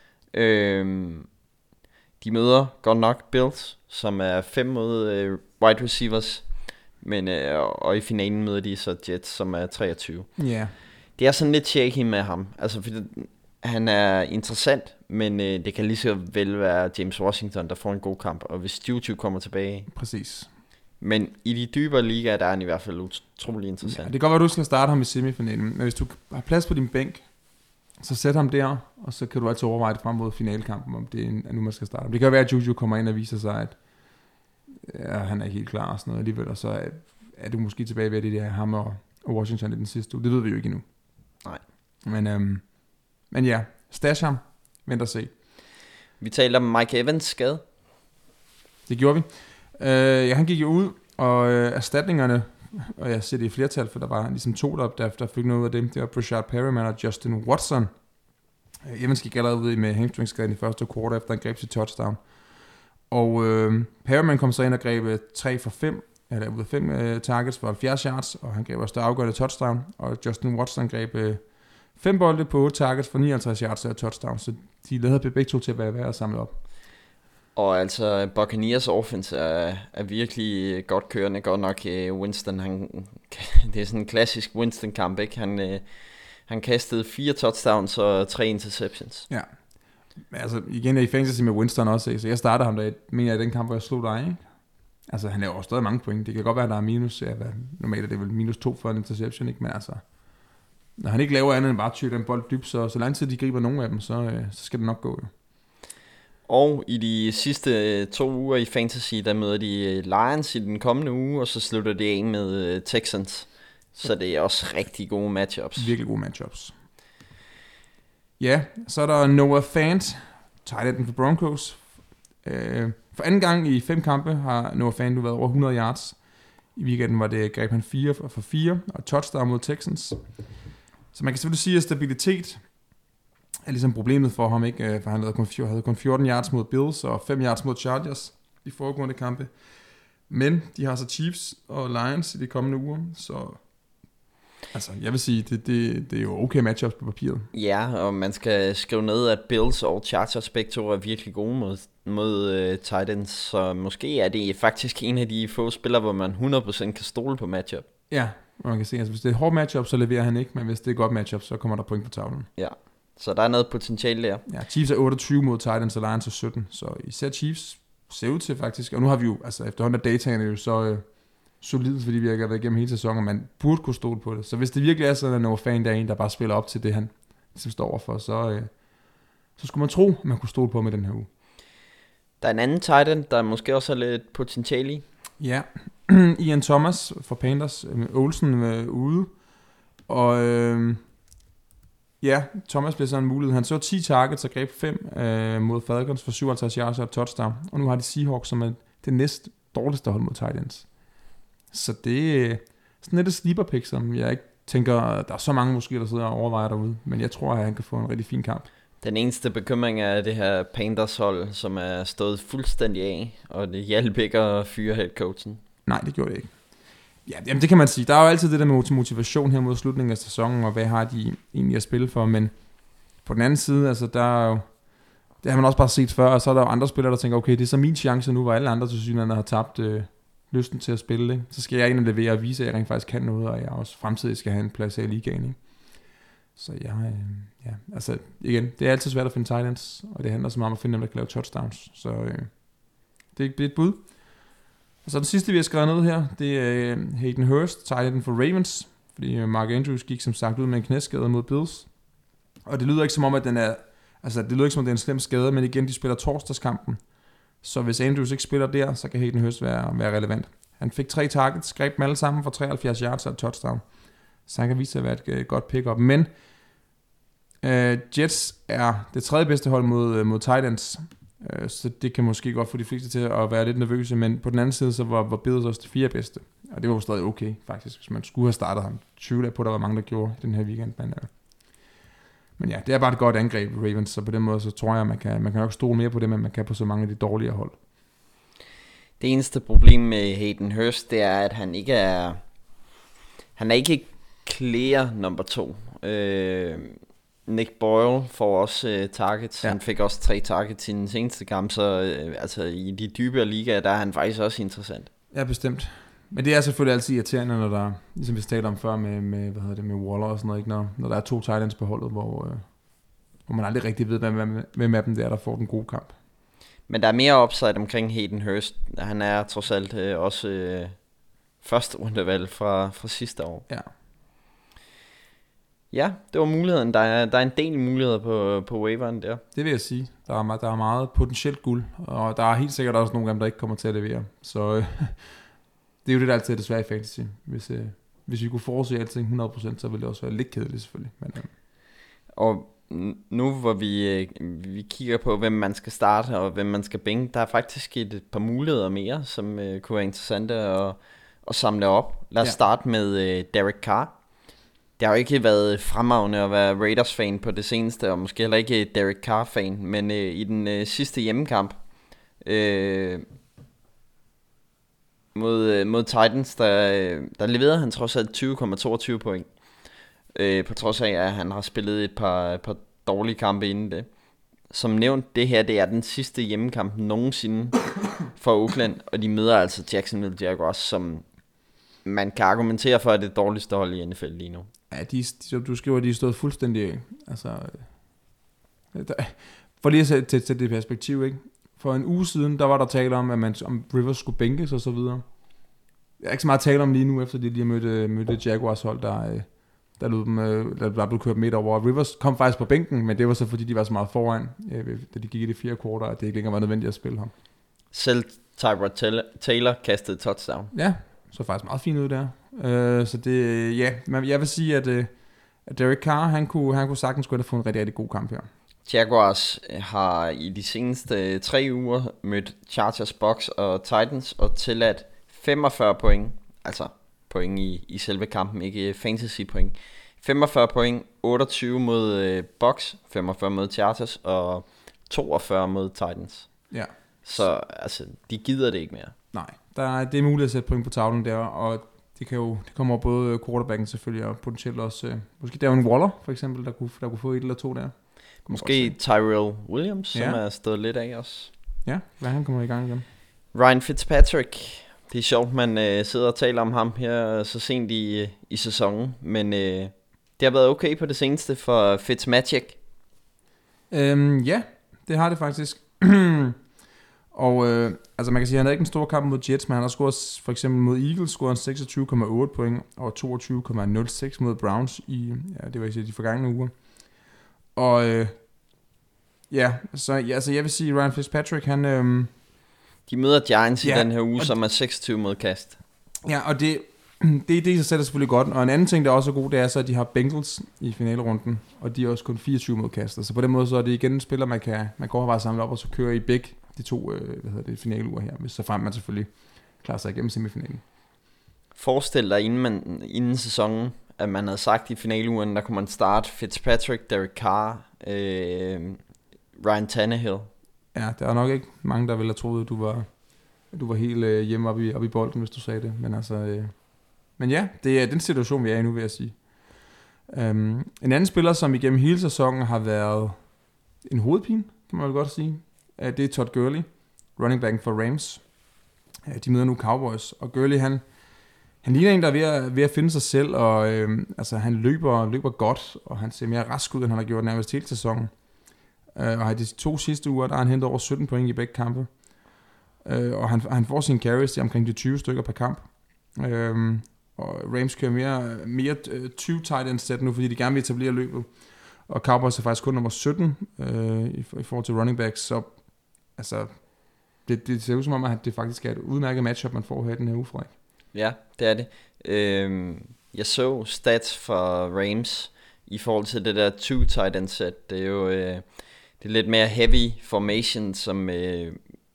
Øhm, de møder godt nok Bills, som er fem mod uh, wide receivers. Men, uh, og i finalen møder de så Jets, som er treogtyve. Ja. Yeah. Det er sådan lidt shaky med ham. Altså, fordi han er interessant, men øh, det kan lige så vel være James Washington, der får en god kamp, og hvis Juju kommer tilbage. Præcis. Men i de dybere ligaer, der er han i hvert fald utrolig interessant. Ja, det kan godt være, du skal starte ham i semifinalen, men hvis du har plads på din bænk, så sæt ham der, og så kan du altid overveje det frem mod finalekampen, om det er nu, man skal starte. Det kan være, at Juju kommer ind og viser sig, at ja, han er ikke helt klar og sådan noget alligevel, og så er, er du måske tilbage ved det der ham og, og Washington i den sidste uge. Det ved vi jo ikke endnu. Nej. Men, øhm, men ja, stash ham. Vent og se. Vi taler om Mike Evans skade. Det gjorde vi. Øh, ja, han gik jo ud, og øh, erstatningerne, og jeg ser det i flertal, for der var ligesom to der, der, der fik noget ud af dem. Det var Brashard Perriman og Justin Watson. Øh, Evans gik allerede ud med hamstringskaden i første quarter, efter han greb sit touchdown. Og øh, Perriman kom så ind og greb tre for fem, eller ud af fem øh, targets for halvfjerds yards, og han greb også det afgørende touchdown. Og Justin Watson greb øh, fem bolde på otte targets for nioghalvtreds yards og touchdown, så de lavede begge to til at være værd at samle op. Og altså, Buccaneers offense er, er virkelig godt kørende. Godt nok Winston, han, det er sådan en klassisk Winston-kamp, ikke? Han, øh, han kastede fire touchdowns og tre interceptions. Ja, men altså igen er i fantasy med Winston også, så jeg starter ham der, mener jeg, den kamp, hvor jeg slog dig, ikke? Altså, han laver også stadig mange point. Det kan godt være, at der er minus, ja, hvad, normalt er det vel minus to for en interception, ikke? Men altså, når han ikke laver andet end bare tyre den bold dybt, så, så lang tid de griber nogle af dem, så, øh, så skal det nok gå, jo. Og i de sidste to uger i Fantasy, der møder de Lions i den kommende uge, og så slutter det af med Texans. Så det er også rigtig gode matchups. Virkelig gode matchups. Ja, så er der Noah Fant, tight enden for Broncos. Øh, for anden gang i fem kampe har Noah Fant nu været over hundrede yards. I weekenden var det, greb han fire for fire, og touchdown mod Texans. Så man kan selvfølgelig sige, at stabilitet er ligesom problemet for ham, ikke? For han havde kun, havde kun fjorten yards mod Bills og fem yards mod Chargers i foregående kampe. Men de har så Chiefs og Lions i de kommende uger, så altså, jeg vil sige, det, det, det er jo okay matchups på papiret. Ja, og man skal skrive ned, at Bills og Chargers begge to er virkelig gode mod, mod uh, Titans, så måske er det faktisk en af de få spillere, hvor man hundrede procent kan stole på matchup. Ja, man kan se, altså hvis det er et hårdt matchup, så leverer han ikke, men hvis det er et godt matchup, så kommer der point på tavlen. Ja. Så der er noget potentiale der. Ja, Chiefs er otteogtyve mod Titans, og Lions er sytten. Så især Chiefs ser ud til faktisk. Og nu har vi jo, altså efterhånden er dataene jo så øh, solid, fordi vi har været igennem hele sæsonen, og man burde kunne stole på det. Så hvis det virkelig er sådan, at Noah Fant er en, der bare spiller op til det, han ligesom står overfor, så, øh, så skulle man tro, at man kunne stole på med den her uge. Der er en anden tight end, der måske også har lidt potentiale i. Ja, Ian Thomas fra Panthers, med Olsen øh, ude. Og... Øh, Ja, Thomas bliver sådan en mulighed. Han så ti targets og greb fem øh, mod Falcons for syvoghalvtreds yards og touchdown. Og nu har de Seahawks, som er det næst dårligste hold mod tight ends. Så det er sådan lidt et sleeper pick, som jeg ikke tænker, der er så mange måske, der sidder og overvejer derude. Men jeg tror, at han kan få en rigtig fin kamp. Den eneste bekymring er det her Panthers hold, som er stået fuldstændig af, og det hjalp ikke at fyre headcoachen. Nej, det gjorde det ikke. Ja, jamen det kan man sige. Der er jo altid det der med motivation her mod slutningen af sæsonen, og hvad har de egentlig at spille for, men på den anden side, altså der er jo, det har man også bare set før, og så er der jo andre spillere, der tænker, okay, det er så min chance nu, hvor alle andre til synligheden har tabt øh, lysten til at spille, ikke? Så skal jeg ind og levere og vise, at jeg rent faktisk kan noget, og jeg også fremtidig skal have en plads i ligaen, ikke? Så jeg, øh, ja, altså igen, det er altid svært at finde tight ends, og det handler så meget om at finde dem, der kan lave touchdowns, så øh, det er et bud. Og så den sidste, vi har skrevet ned her, det er Hayden Hurst, tight end for Ravens, fordi Mark Andrews gik som sagt ud med en knæskade mod Bills. Og det lyder ikke som om, at den er, altså det lyder ikke som om, det er en slem skade, men igen, de spiller torsdagskampen. Så hvis Andrews ikke spiller der, så kan Hayden Hurst være, være relevant. Han fik tre targets, greb dem alle sammen for treoghalvfjerds yards og et touchdown. Så han kan vise sig at være et godt pick-up. Men uh, Jets er det tredje bedste hold mod, mod tight ends. Så det kan måske godt få de fleste til at være lidt nervøse, men på den anden side, så var, var Bills også det fire bedste. Og det var jo stadig okay, faktisk, hvis man skulle have startet ham. tyve på, der var mange, der gjorde den her weekend. Men, øh. men ja, det er bare et godt angreb i Ravens, så på den måde, så tror jeg, at man kan, man kan nok stole mere på det, men man kan på så mange af de dårlige hold. Det eneste problem med Hayden Hurst, det er, at han ikke er, han er ikke clear number to. Øh, Nick Boyle får også uh, targets. Ja. Han fik også tre targets i den seneste kamp, så uh, altså i de dybere ligaer, der er han faktisk også interessant. Ja, bestemt. Men det er selvfølgelig altid irriterende, når der, ligesom vi talte om før med, med, hvad hedder det, med Waller og sådan noget, ikke? Når, når der er to tight ends på holdet, hvor, uh, hvor man aldrig rigtig ved, hvem, hvem af dem der, der får den gode kamp. Men der er mere upside omkring Hayden Hurst. Han er trods alt uh, også uh, første rundevalg fra, fra sidste år. Ja. Ja, det var muligheden. Der er, der er en del muligheder på, på waveren der. Det vil jeg sige. Der er, der er meget potentielt guld, og der er helt sikkert også nogle af dem, der ikke kommer til at levere. Så øh, det er jo det, der altid er det svære i fantasy. Hvis, øh, hvis vi kunne forudse alting hundrede procent, så ville det også være lidt kedeligt selvfølgelig. Men, øh. Og nu hvor vi, øh, vi kigger på, hvem man skal starte og hvem man skal bænke, der er faktisk et, et par muligheder mere, som øh, kunne være interessante at, at samle op. Lad os ja. starte med øh, Derek Carr. Det har jo ikke været fremragende at være Raiders-fan på det seneste, og måske heller ikke Derek Carr-fan, men øh, i den øh, sidste hjemmekamp øh, mod, øh, mod Titans, der, øh, der leverede han trods alt tyve komma toogtyve point, øh, på trods af, at han har spillet et par, et par dårlige kampe inden det. Som nævnt, det her det er den sidste hjemmekamp nogensinde for Oakland, og de møder altså Jacksonville Jaguars, som man kan argumentere for, at det er det dårligste hold i N F L lige nu. Ja, de, du skriver, at de er stået fuldstændig af. Altså, der, for lige at sætte til det perspektiv, ikke? For en uge siden, der var der tale om, at man, om Rivers skulle bænkes og så videre. Jeg er ikke så meget tale om lige nu, efter de lige mødte, mødte Jaguars hold, der, der, lød dem, der, der blev kørt midt over. Rivers kom faktisk på bænken, men det var så fordi, de var så meget foran, da de gik i det fjerde kvartal, at det ikke længere var nødvendigt at spille ham. Selv Tyrod Taylor kastede touchdown. Ja, så faktisk meget fint ud der. Uh, så det, ja, men jeg vil sige, at, uh, at Derek Carr, han kunne, han kunne sagtens skulle have fået en rigtig, rigtig god kamp her. Jaguars har i de seneste tre uger mødt Chargers, Bucks og Titans og tilladt femogfyrre point, altså point i, i selve kampen, ikke fantasy point. femogfyrre point, otteogtyve mod uh, Bucks, femogfyrre mod Chargers og toogfyrre mod Titans. Ja. Så altså, de gider det ikke mere. Nej, der er, det er muligt at sætte point på tavlen der, og det kan jo det kommer både quarterbacken selvfølgelig, og potentielt også, øh, måske Darren Waller for eksempel, der kunne, der kunne få et eller to der. Måske Tyrell Williams, ja. Som er stået lidt af os. Ja, hvad han kommer i gang igen. Ryan Fitzpatrick, det er sjovt, man øh, sidder og taler om ham her så sent i, i sæsonen, men øh, det har været okay på det seneste for Fitzmagic. Øhm, ja, det har det faktisk. Og øh, altså man kan sige, at han havde ikke en stor kamp mod Jets, men han har scoret for eksempel mod Eagles, scoret seksogtyve komma otte point og toogtyve komma nul seks mod Browns i, ja, det var ikke de forgangne uger. Og øh, ja, så ja, altså jeg vil sige, Ryan Fitzpatrick, han... Øh, de møder Giants ja, i den her uge, som er seksogtyve mod kast. Ja, og det, det, det i sig selv er selvfølgelig godt. Og en anden ting, der også er god, det er så, at de har Bengals i finalerunden, og de er også kun fireogtyve mod kaster. Så på den måde så er det igen en spiller, man kan man går bare samle op, og så kører i begge de to øh, hvad hedder det, finaleuger her, hvis så frem man selvfølgelig klarer sig igennem semifinalen. Forestil dig, inden, man, inden sæsonen, at man havde sagt i finaleugen, der kunne man starte Fitzpatrick, Derek Carr, øh, Ryan Tannehill. Ja, der er nok ikke mange, der ville have troet, at du var, at du var helt øh, hjemme oppe i, op i bolden, hvis du sagde det. Men altså, øh, men ja, det er den situation, vi er i nu, vil jeg sige. Um, en anden spiller, som igennem hele sæsonen har været en hovedpine, kan man vel godt sige, uh, det er Todd Gurley, running back for Rams. Uh, de møder nu Cowboys, og Gurley, han, han ligner en, der er ved at, ved at finde sig selv, og øh, altså, han løber, løber godt, og han ser mere rask ud, end han har gjort nærmest hele sæsonen. Uh, og i de to sidste uger, der har han hentet over sytten point i begge kampe. Uh, og han, han får sine carries til omkring de tyve stykker per kamp. Uh, og Rams kører mere, mere tyve tight end set nu, fordi de gerne vil etablere løbet. Og Cowboys er faktisk kun nummer sytten uh, i, i forhold til running backs, så altså, det, det ser ud som om, at det faktisk er et udmærket matchup, man får her i den her uge, Frederik. Ja, det er det. Uh, jeg så stats for Rams i forhold til det der two tight end set. Det er jo... Uh, Det er lidt mere heavy formation, som øh,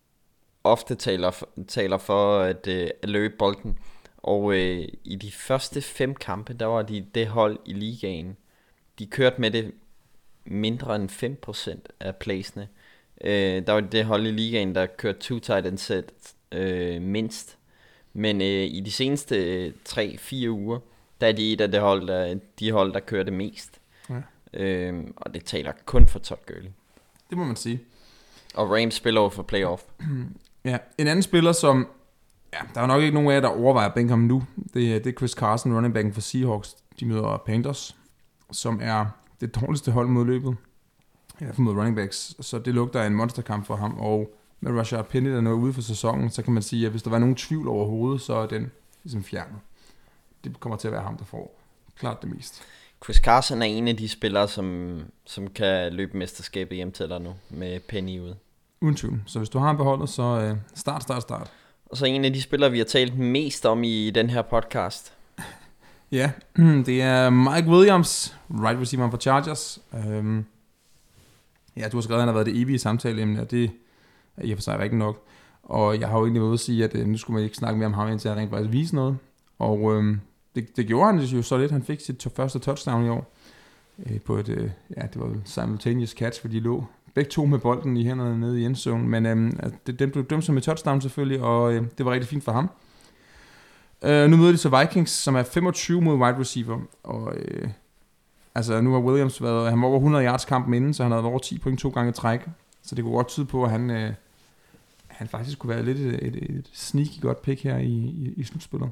ofte taler for, taler for at, øh, at løbe bolden. Og øh, i de første fem kampe, der var de det hold i ligaen. De kørte med det mindre end fem procent af playsene. Øh, der var det hold i ligaen, der kørte two tight end set øh, mindst. Men øh, i de seneste tre fire uger, der er de et af de hold, der, de hold, der kørte mest. Ja. Øh, og det taler kun for Todd Gurley. Det må man sige. Og Rams spiller over for playoff. Ja, en anden spiller, som... Ja, der er nok ikke nogen af jer, der overvejer at bænke ham nu. Det er, det er Chris Carson, running backen for Seahawks. De møder Panthers, som er det dårligste hold mod løbet. Ja, for mod running backs. Så det lugter af en monsterkamp for ham. Og med Rashard Penny, der er ude for sæsonen, så kan man sige, at hvis der var nogen tvivl overhovedet, så er den ligesom fjernet. Det kommer til at være ham, der får klart det mest. Chris Carson er en af de spillere, som, som kan løbe mesterskabet hjem til dig nu, med Penny ude. Uden tvivl. Så hvis du har ham beholdet, så øh, start, start, start. Og så en af de spillere, vi har talt mest om i den her podcast. Ja, det er Mike Williams, right receiver for Chargers. Um, ja, du har skrevet, at han har været det evige samtaleemne, og det er i og for sig rigtig nok. Og jeg har jo egentlig været ude at sige, at øh, nu skulle man ikke snakke mere om ham, indtil han rent faktisk vise noget. Og... Øh, Det, det gjorde han jo så lidt. Han fik sit første touchdown i år. Øh, på et, øh, ja, det var jo simultaneous catch, fordi de lå begge to med bolden i hænderne nede i endzonen. Men øh, det, den blev dømt som et touchdown selvfølgelig, og øh, det var rigtig fint for ham. Øh, nu møder de så Vikings, som er femogtyve mod wide receiver. Og øh, altså nu har Williams været, han var over hundrede yards kampen inden, så han havde over ti point to gange træk. Så det kunne godt tyde på, at han, øh, han faktisk kunne være lidt et, et, et sneaky godt pick her i, i, i slutspillet.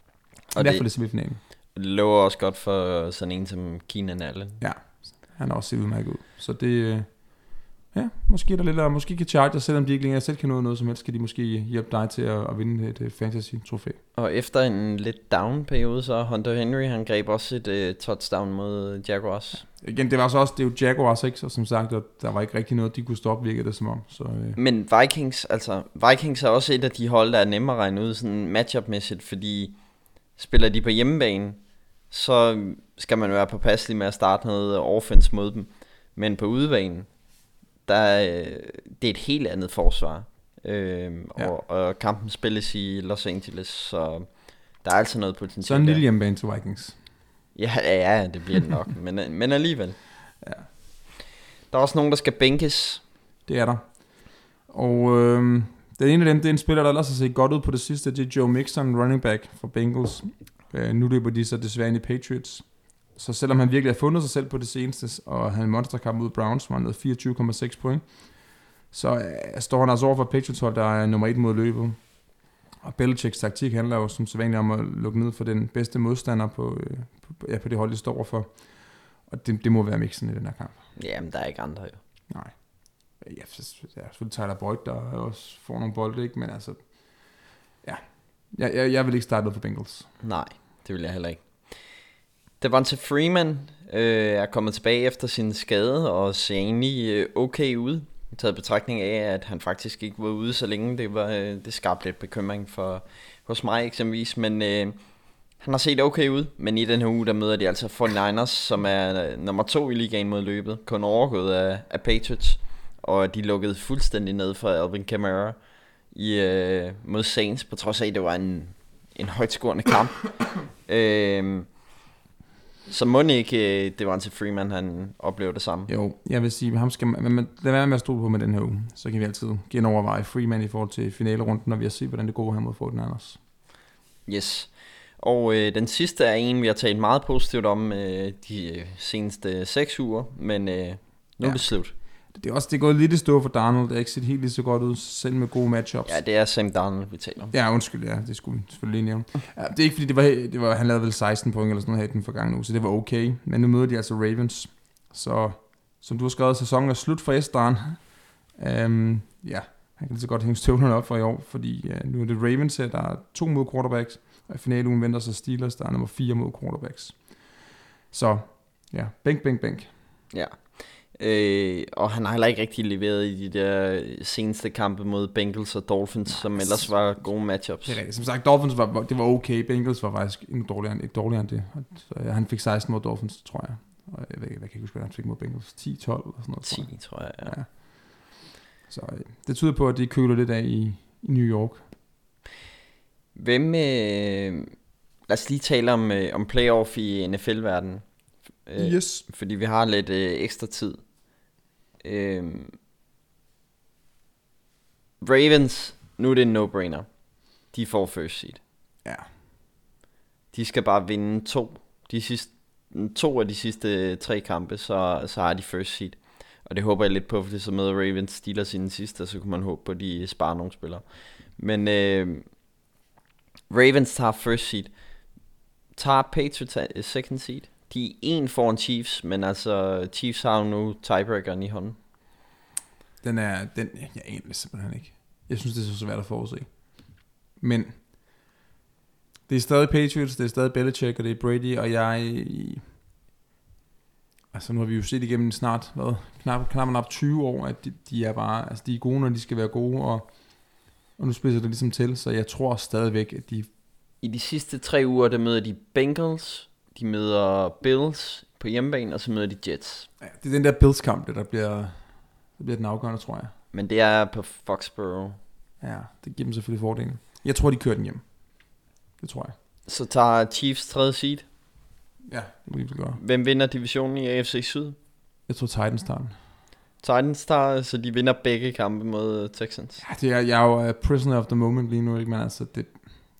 I hvert fald i semifinalen. Det lover også godt for sådan en som Keenan Allen. Ja, han har også set udmærket ud. Så det, ja, måske er der lidt, og måske kan Chargers, selvom de ikke længere selv kan nå noget som helst, kan de måske hjælpe dig til at, at vinde et fantasy-trofæ. Og efter en lidt down-periode, så Hunter Henry, han greb også et uh, touchdown mod Jaguars. Ja. Igen, det var så også, det er jo Jaguars, ikke? Så som sagt, der var ikke rigtig noget, de kunne stoppe, virkede det som om. Så, øh. Men Vikings, altså, Vikings er også et af de hold, der er nemmere at regne ud sådan matchup-mæssigt, fordi spiller de på hjemmebane, så skal man være påpasselig med at starte noget offense mod dem. Men på udebanen, der det er et helt andet forsvar. Øhm, ja. og, og kampen spilles i Los Angeles, så der er altså noget potentiale. Så en lille hjemmebane til Vikings. Ja, ja, det bliver det nok, men, men alligevel. Ja. Der er også nogen, der skal bænkes. Det er der. Og øhm, den ene af dem, det er en spiller, der ellers har set godt ud på det sidste. Det er Joe Mixon, running back for Bengals. Øh, nu løber de så desværre ind i Patriots. Så selvom han virkelig har fundet sig selv på det seneste, og han monsterkamp mod Browns, hvor han nåede fireogtyve komma seks point, så øh, står han altså over for Patriots hold, der er nummer et mod løbet. Og Belichicks taktik handler jo som sædvanligt om at lukke ned for den bedste modstander på, øh, på, ja, på det hold, de står overfor. Og det, det må være Mixon i den her kamp. Jamen, der er ikke andre jo. Nej. Ja, jeg selvfølgelig Tyler Boyd, der også får nogle bolde, ikke? Men altså, ja, jeg, jeg, jeg vil ikke starte noget for Bengals. Nej, det vil jeg heller ikke. Devonta Freeman øh, er kommet tilbage efter sin skade, og ser egentlig øh, okay ud. Taget betragtning af, at han faktisk ikke var ude så længe. Det, var, øh, det skabte lidt bekymring for, hos mig eksempelvis, men øh, Han har set okay ud, men i den her uge, der møder de altså forty-niners, som er nummer to i ligaen mod løbet, kun overgået af, af Patriots, og de lukkede fuldstændig ned for Alvin Kamara i, øh, mod Saints, på trods af, at det var en, en højtskårende kamp. øh, så må ikke øh, Devonta Freeman, han oplever det samme. Jo, jeg vil sige, ham skal man, man, lad være med at stole på med den her uge, så kan vi altid genoverveje Freeman i forhold til finalerunden, når vi har set, hvordan det går her mod forty-niners. Yes. Og øh, den sidste er en, vi har talt meget positivt om øh, de øh, seneste seks uger, men øh, nu ja. er det slut. Det er også det er gået lidt i stå for Darnold. Det er ikke set helt lige så godt ud, selv med gode matchups. Ja, det er Sam Darnold, vi taler om. Ja, undskyld, ja, det skulle vi selvfølgelig lige nævne. Ja, det er ikke fordi, det var, det var, han lavede vel seksten point eller sådan noget her i den forgangne uge, så det var okay. Men nu møder de altså Ravens. Så som du har skrevet, sæsonen er slut for Esteren. Um, ja, han kan lige så godt hænge støvlerne op for i år, fordi uh, nu er det Ravens, der er to mod quarterbacks, og i finaleugen venter sig Steelers, der er nummer fire mod quarterbacks. Så ja, bænk, bænk, bænk. Ja. Øh, og han har heller ikke rigtig leveret i de der seneste kampe mod Bengals og Dolphins, som ellers var gode matchups. Det er rigtigt. Som sagt, Dolphins var, det var okay. Bengals var faktisk endnu dårligere end, dårligere end det. Så, ja, han fik seksten mod Dolphins, tror jeg. Og jeg, jeg, jeg kan ikke huske, hvad han fik mod Bengals. ti tolv eller sådan noget. ti, tror jeg, tror jeg ja. ja. Så det tyder på, at de køler lidt af i, i New York. Hvem, øh, lad os lige tale om, øh, om playoff i N F L-verdenen. Øh, yes. Fordi vi har lidt øh, ekstra tid. Øh, Ravens, nu er det en no-brainer. De får first seed. Ja. De skal bare vinde to, de sidste, to af de sidste tre kampe, så, så har de first seed. Og det håber jeg lidt på, fordi så møder Ravens Steelers i den sidste, så kunne man håbe på, at de sparer nogle spillere. Men øh, Ravens tager first seed. Tager Patriots second seed. De er en foran Chiefs, men altså Chiefs har jo nu tiebreakeren i hånden. Den er, den, jeg aner det simpelthen ikke. Jeg synes, det er så svært at forudse. Men det er stadig Patriots, det er stadig Belichick, og det er Brady, og jeg... Altså nu har vi jo set igennem snart, hvad, knap, knap op tyve år, at de, de er bare, altså de er gode, når de skal være gode, og, og nu spidser det ligesom til, så jeg tror stadigvæk, at de... I de sidste tre uger, der møder de Bengals, de møder Bills på hjemmebane, og så møder de Jets. Ja, det er den der Bills-kamp, der bliver, der bliver den afgørende, tror jeg. Men det er på Foxborough. Ja, det giver dem selvfølgelig fordelen. Jeg tror, de kører den hjem. Det tror jeg. Så tager Chiefs tredje seed. Ja, det må de gøre. Hvem vinder divisionen i A F C Syd? Jeg tror Titans tager den. Titans tager, så de vinder begge kampe mod Texans. Ja, det er, jeg er jo uh, prisoner of the moment lige nu, ikke? Men altså, det,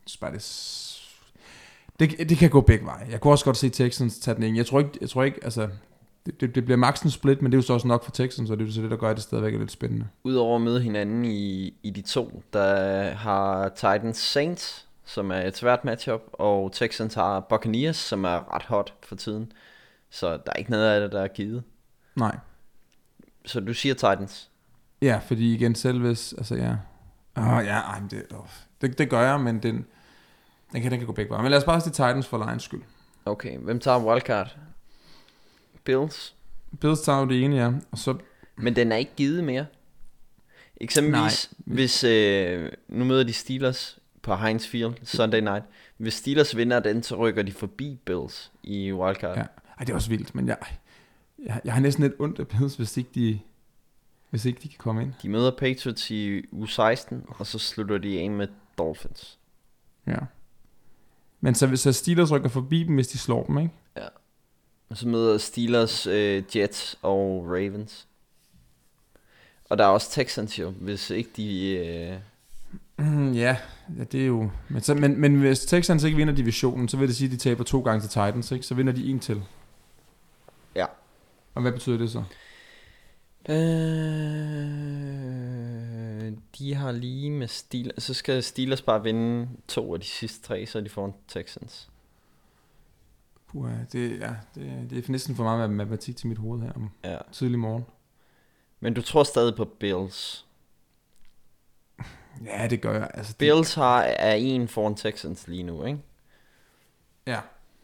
det, det, det kan gå begge veje. Jeg kunne også godt se Texans tage den ene. Jeg tror ikke, jeg tror ikke altså, det, det, det bliver max en split, men det er jo så også nok for Texans, og det er jo så det, der gør, at det stadigvæk er lidt spændende. Udover at møde hinanden i, i de to, der har Titans Saints, som er et svært matchup, og Texans har Buccaneers, som er ret hot for tiden. Så der er ikke noget af det, der er givet. Nej. Så du siger Titans? Ja, fordi igen selv hvis, altså ja. Åh, ja, ej, det, det, det gør jeg, men den, den, kan, den kan gå begge veje. Men lad os bare sige Titans for Lions skyld. Okay, hvem tager wildcard? Bills? Bills tager jo det ene, ja. Og så... Men den er ikke givet mere. Eksempelvis, Nej. hvis øh, nu møder de Steelers på Heinz Field Sunday night. Hvis Steelers vinder den, så rykker de forbi Bills i wildcard. Ja. Ej, det er også vildt, men jeg, jeg, jeg har næsten lidt ondt af Bills, hvis ikke de, hvis ikke de kan komme ind. De møder Patriots i uge seksten, og så slutter de af med Dolphins. Ja. Men så hvis Steelers rykker forbi dem, hvis de slår dem, ikke? Ja. Og så møder Steelers, øh, Jets og Ravens. Og der er også Texans jo, hvis ikke de... Øh... Mm, ja, ja, det er jo... Men, så, men, men hvis Texans ikke vinder divisionen, så vil det sige, at de taber to gange til Titans, ikke? Så vinder de en til. Ja. Og hvad betyder det så? Øh, de har lige med Steelers... Så skal Steelers bare vinde to af de sidste tre, så de får en Texans. Puh, det, ja, det, det er næsten for meget matematik til mit hoved her om ja. tidlig morgen. Men du tror stadig på Bills? Ja, det gør jeg. Altså, Bills har, er en foran Texans lige nu, ikke? Ja.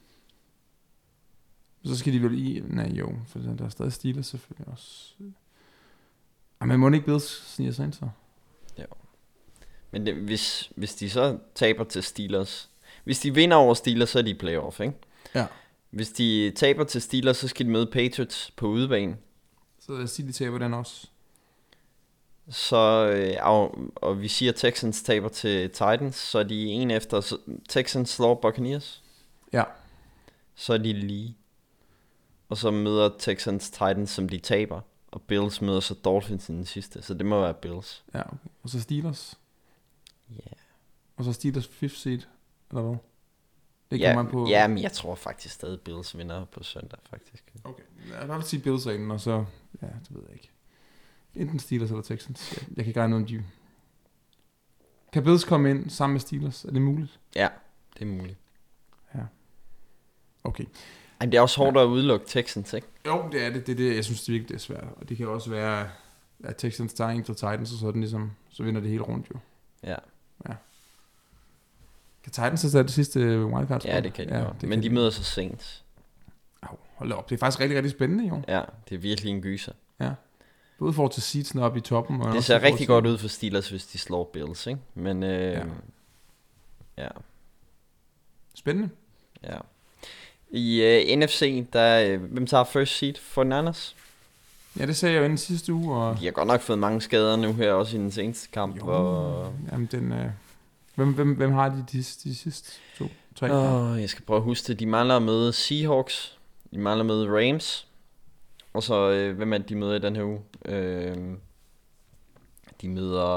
Så skal de vel i... Nej, jo, for der er stadig Steelers selvfølgelig også. Ah, men må ikke Bills sniger sig ind så? Jo. Men det, hvis, hvis de så taber til Steelers... Hvis de vinder over Steelers, så er de i playoff, ikke? Ja. Hvis de taber til Steelers, så skal de møde Patriots på udebane. Så jeg siger, de taber den også. Så, øh, og, og vi siger, Texans taber til Titans, så er de en efter. Så Texans slår Buccaneers. Ja. Så er de lige. Og så møder Texans Titans, som de taber. Og Bills møder så Dolphins i den sidste. Så det må være Bills. Ja, okay. Og så Steelers. Ja. Yeah. Og så Steelers fifth seed, eller hvad? Det Ja, kommer på. ja, men jeg tror faktisk stadig Bills vinder på søndag, faktisk. Okay. Jeg vil sige Bills inden, og så, ja, det ved jeg ikke. Enten Steelers eller Texans. Jeg, jeg kan ikke regne noget om de. Kan Bills komme ind sammen med Steelers? Er det muligt? Ja, det er muligt. Ja. Okay. Ej, det er også hårdt ja. at udelukke Texans, ikke? Jo, det er det. Det er det. Jeg synes det virkelig, det er svært. Og det kan også være, at Texans tager en til Titans, og så, den ligesom, så vinder det hele rundt jo. Ja. Ja. Kan Titans så tage det sidste wildcard? Ja, det kan de ja, godt. det Men kan de møder så sent. Au, hold da op. Det er faktisk rigtig, rigtig spændende jo. Ja, det er virkelig en gyser. Ja. Både for til seedsene op i toppen. Og det også ser rigtig til... godt ud for Steelers, hvis de slår Bills, ikke? Men øh, ja. ja. Spændende. Ja. I øh, N F C, der, øh, hvem tager first seed for Niners? Ja, det sagde jeg jo inden sidste uge. Og... De har godt nok fået mange skader nu her, også i den seneste kamp. Jo, og... jamen den... Øh... Hvem, hvem, hvem har de de, de sidste to, tre? Oh, jeg skal prøve at huske det. De mangler at møde Seahawks. De mangler at møde Rams. Og så, øh, hvem er det, de møder i den her uge? Øh, de møder...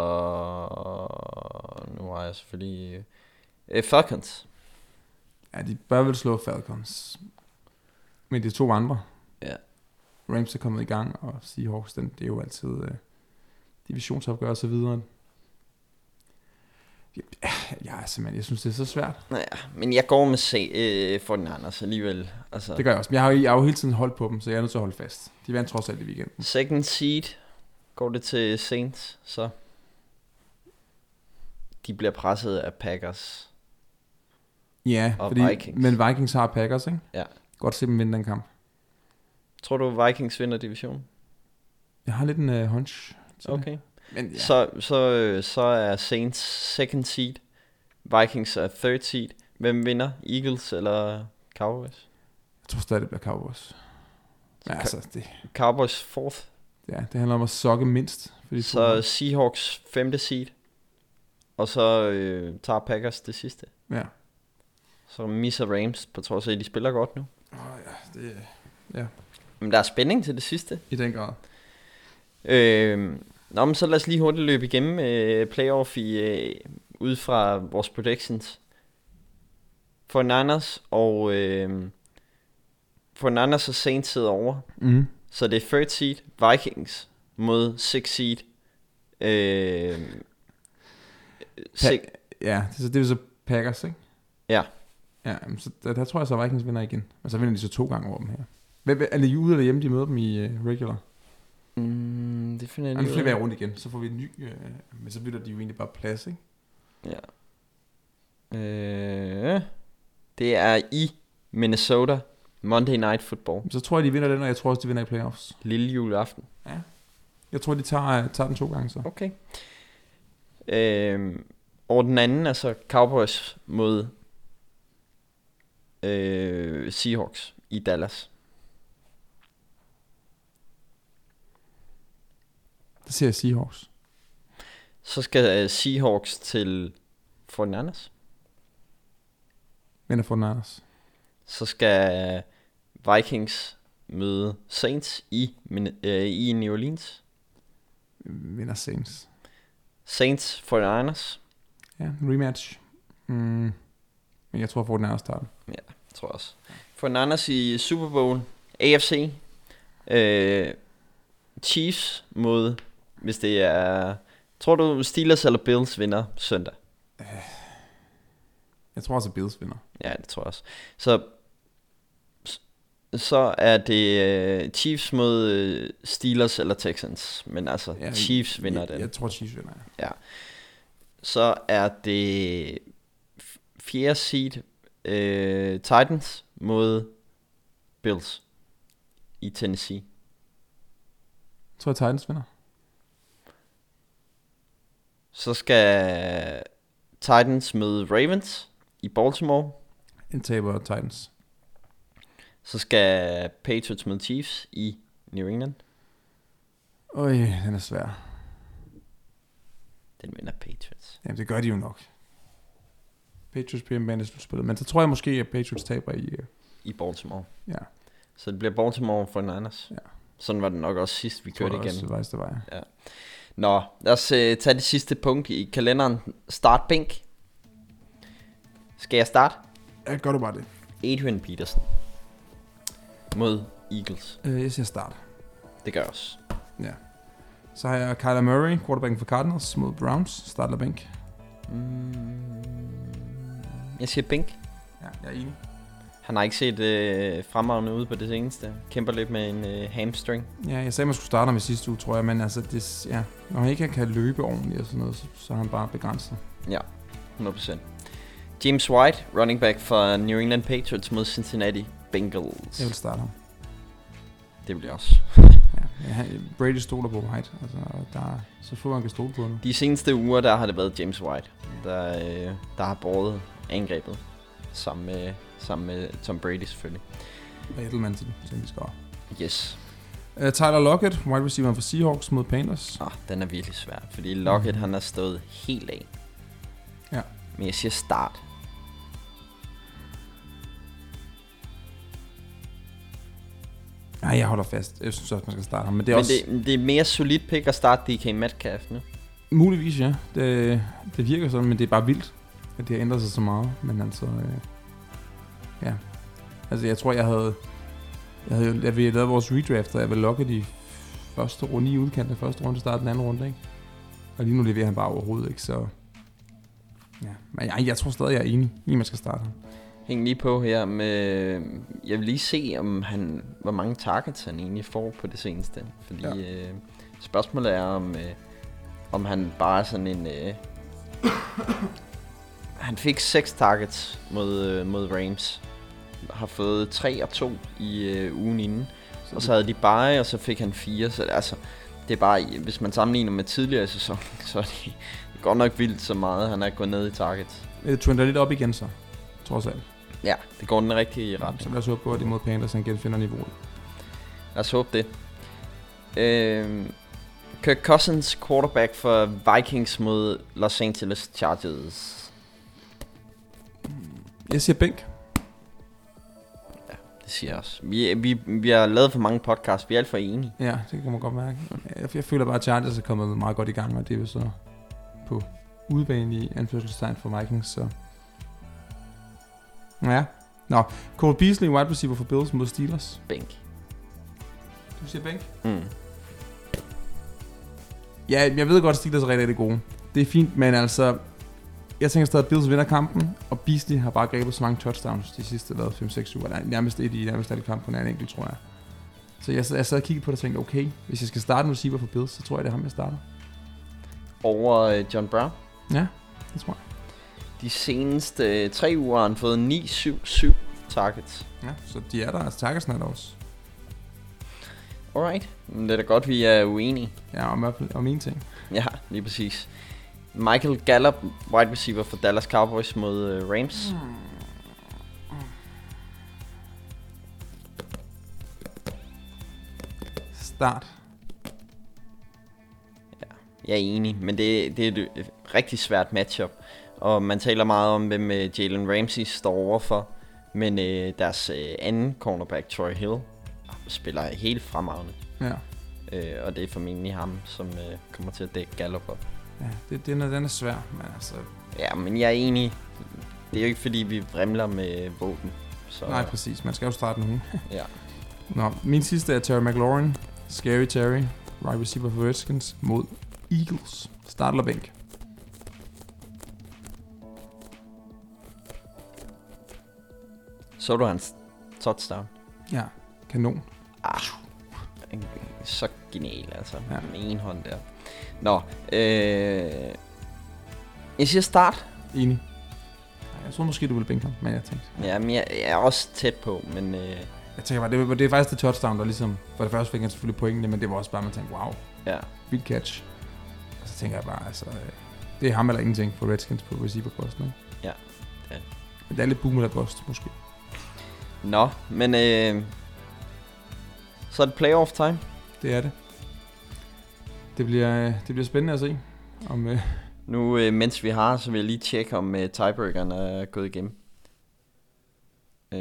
Nu har jeg selvfølgelig... Øh, Falcons. Ja, de bør vel slå Falcons. Men de to andre. Ja. Rams er kommet i gang, og Seahawks, den, det er jo altid øh, divisionsopgør og så videre. Ja, ja, simpelthen, jeg synes, det er så svært. Ja, men jeg går med C øh, for den Anders alligevel. Altså. Det gør jeg også. Men jeg har, jo, jeg har jo hele tiden holdt på dem, så jeg er nødt til at holde fast. De vandt trods alt i weekenden. Second seed går det til Saints, så de bliver presset af Packers. Ja, og fordi, Vikings. Men Vikings har Packers, ikke? Ja. Godt se dem vinde den kamp. Tror du, Vikings vinder divisionen? Jeg har lidt en uh, hunch. Okay. Det. Men, ja. Så, så, så er Saints second seed, Vikings er third seed. Hvem vinder? Eagles eller Cowboys? Jeg tror stadig, det bliver Cowboys. Ja, Ka- altså, det, Cowboys fourth. Ja, det handler om at sokke mindst. For de så to. Seahawks femte seed. Og så øh, tager Packers det sidste. Ja. Så misser Rams, på trods af, at de spiller godt nu. Åh oh, ja, det ja. Men der er spænding til det sidste. I den grad. Øh, nå, men så lad os lige hurtigt løbe igennem øh, playoff i, øh, ud fra vores predictions. For Niners og øh, for Niners og Saints sidder over. Mm. Så det er third seed Vikings mod sixth seed. Øh, pa- ja, det, så det er så Packers, ikke? Ja. Ja, så der, der tror jeg så Vikings vinder igen. Men så vinder de så to gange over dem her. Hvem, er det ude eller hjemme, de møder dem i uh, regular? Mm, det finder jeg lige ud af. Nu flytter jeg rundt igen, så får vi en ny, uh, men så bytter de jo egentlig bare plads, ikke? Ja. Øh, det er i Minnesota, Monday Night Football. Så tror jeg, de vinder den, og jeg tror også, de vinder i playoffs. Lille juleaften. Ja. Jeg tror, de tager, tager den to gange så. Okay. Øh, og den anden, altså Cowboys mod øh, Seahawks i Dallas. Det ser jeg Seahawks. Så skal uh, Seahawks til forty-niners. Vinder forty-niners. Så skal uh, Vikings møde Saints i, uh, i New Orleans. Vinder Saints. Saints forty-niners. Ja, en rematch. Mm. Men jeg tror, forty-niners tager den. Ja, jeg tror også. forty-niners i Super Bowl. A F C. Uh, Chiefs mod, hvis det er... Tror du Steelers eller Bills vinder søndag? Jeg tror også, Bills vinder. Ja, det tror jeg også. Så, så er det uh, Chiefs mod uh, Steelers eller Texans. Men altså, ja, Chiefs vinder jeg, den. Jeg tror, Chiefs vinder, ja. ja. Så er det fjerde seed uh, Titans mod Bills i Tennessee. Jeg tror, Titans vinder. Så skal Titans møde Ravens i Baltimore. En taber Titans. Så skal Patriots mod Chiefs i New England. Øj, den er svær. Den vinder Patriots. Jamen, det gør de jo nok. Patriots bliver hjemmebane i slutspillet. Men så tror jeg måske, at Patriots taber i... Uh... I Baltimore. Ja. Så det bliver Baltimore for Niners. Ja. Sådan var det nok også sidst, vi kørte igennem. Det var det var. Ja. Nå, lad os uh, tage det sidste punkt i kalenderen. Start bænk. Skal jeg starte? Ja, gør du bare det. Adrian Peterson mod Eagles. Uh, jeg siger start. Det gør også. Ja. Så har jeg Kyler Murray, quarterbacken for Cardinals mod Browns. Start eller bænk? Mm, jeg siger bænk. Ja, jeg er enig. Han har ikke set øh, fremragende ud på det seneste. Kæmper lidt med en øh, hamstring. Ja, jeg sagde, man skulle starte ham i sidste uge, tror jeg. Men altså, det, ja, når han ikke kan løbe ordentligt og sådan noget, så, så er han bare begrænset. Ja, hundrede procent. James White, running back for New England Patriots mod Cincinnati Bengals. Jeg vil starte ham. Det vil jeg også. Ja, han, Brady stoler på White. Altså, der er så få, han kan stole på nu. De seneste uger, der har det været James White, der, øh, der har båret angrebet. Sammen med, sammen med Tom Brady selvfølgelig. Og Edelman til den, vi skal over. Yes. Uh, Tyler Lockett, wide receiver for Seahawks mod Panthers. Ah, den er virkelig svær, fordi Lockett mm. han har stået helt af. Ja. Men jeg siger start. Nej, jeg holder fast. Jeg synes også, man skal starte ham. Men det er, Men også... det, det er mere solidt pick at starte D K Metcalf nu. Muligvis, ja. Det, det virker sådan, men det er bare vildt, at det har ændret sig så meget. Men altså, øh, ja. Altså, jeg tror, jeg havde... Jeg havde jeg ville lavet vores redraft, og jeg ville lokke de første runde i udkanten af første runde, starte den anden runde, ikke? Og lige nu leverer han bare overhovedet, ikke? Så... Ja, men jeg, jeg tror stadig, jeg er enig i, at man skal starte ham. Hæng lige på her med... Jeg vil lige se, om han, hvor mange targets han egentlig får på det seneste. Fordi ja. øh, spørgsmålet er, om, øh, om han bare er sådan en... Øh, han fik seks targets mod, øh, mod Rams. Har fået tre og to i øh, ugen inden. Så og så havde de bare, og så fik han fire. Så altså, det er bare, hvis man sammenligner med tidligere sæson, så er det godt nok vildt så meget, han er gået ned i targets. Det trender lidt op igen så, trods alt. Ja, det går den rigtige retning. Så lad os håbe på, at imod Panthers han genfinder niveauet. Lad os håbe det. Øh, Kirk Cousins, quarterback for Vikings mod Los Angeles Chargers. Jeg siger bænk. Ja, det siger jeg også. Vi, vi, vi har lavet for mange podcasts, vi er alt for enige. Ja, det kan man godt mærke. Jeg, jeg føler bare, at Chargers er kommet meget godt i gang med det, er jo så på udebane i anførselstegn for Vikings, så... Ja. Nå, Cole Beasley, wide receiver for Bills mod Steelers. Bænk. Du siger bænk? Mm. Ja, jeg ved godt, at Steelers er rigtig, rigtig gode. Det er fint, men altså... Jeg tænker stadig, at Bills vinder kampen, og Beasley har bare grebet så mange touchdowns de sidste fem seks uger. Der er nærmest et i nærmest alle kampen er en enkelt, tror jeg. Så jeg, jeg sad og kiggede på det og tænkte, okay, hvis jeg skal starte en receiver for Bills, så tror jeg, det er ham, jeg starter. Over uh, John Brown? Ja, det tror jeg. De seneste uh, tre uger har han fået ni syv syv targets. Ja, så de er der, altså targetsene er der også. Alright, men det er da godt, vi er uenige. Ja, om, om en ting. Ja, lige præcis. Michael Gallup, wide receiver for Dallas Cowboys mod uh, Rams. Mm. Start. Ja, jeg er enig, men det, det er et rigtig svært matchup. Og man taler meget om, hvem uh, Jalen Ramsey står overfor. Men uh, deres uh, anden cornerback, Troy Hill, spiller helt fremragende. Ja. Uh, og det er formentlig ham, som uh, kommer til at dække Gallup op. Ja, det, den, er, den er svær, men altså... Ja, men jeg er enig. Det er jo ikke fordi, vi vrimler med våben. Så... Nej, præcis. Man skal jo starte nogen. Ja. Nå, min sidste er Terry McLaurin. Scary Terry. Right receiver for Redskins mod Eagles. Start eller bænk? Så du hans touchdown? Ja, kanon. Ah, så genial altså. Ja. Med en hånd der. Nå, øh... jeg siger start. Enig. Jeg tror måske, du ville bænke ham, men jeg tænkte... Ja, men jeg, jeg er også tæt på, men... Øh... Jeg tænker bare, det, det er faktisk det touchdown, der ligesom... For det første fik han selvfølgelig pointene, men det var også bare, man tænkte, wow, ja. Vild catch. Og så tænker jeg bare, altså... Det er ham eller ingenting for Redskins på receiver-posten, ikke? Ja, ja. Men det er lidt boom eller bust, måske. Nå, men øh, så er det playoff time. Det er det. Det bliver, det bliver spændende at se. Om, øh... Nu, øh, mens vi har, så vil jeg lige tjekke, om øh, tiebreakeren er gået igennem. Øh,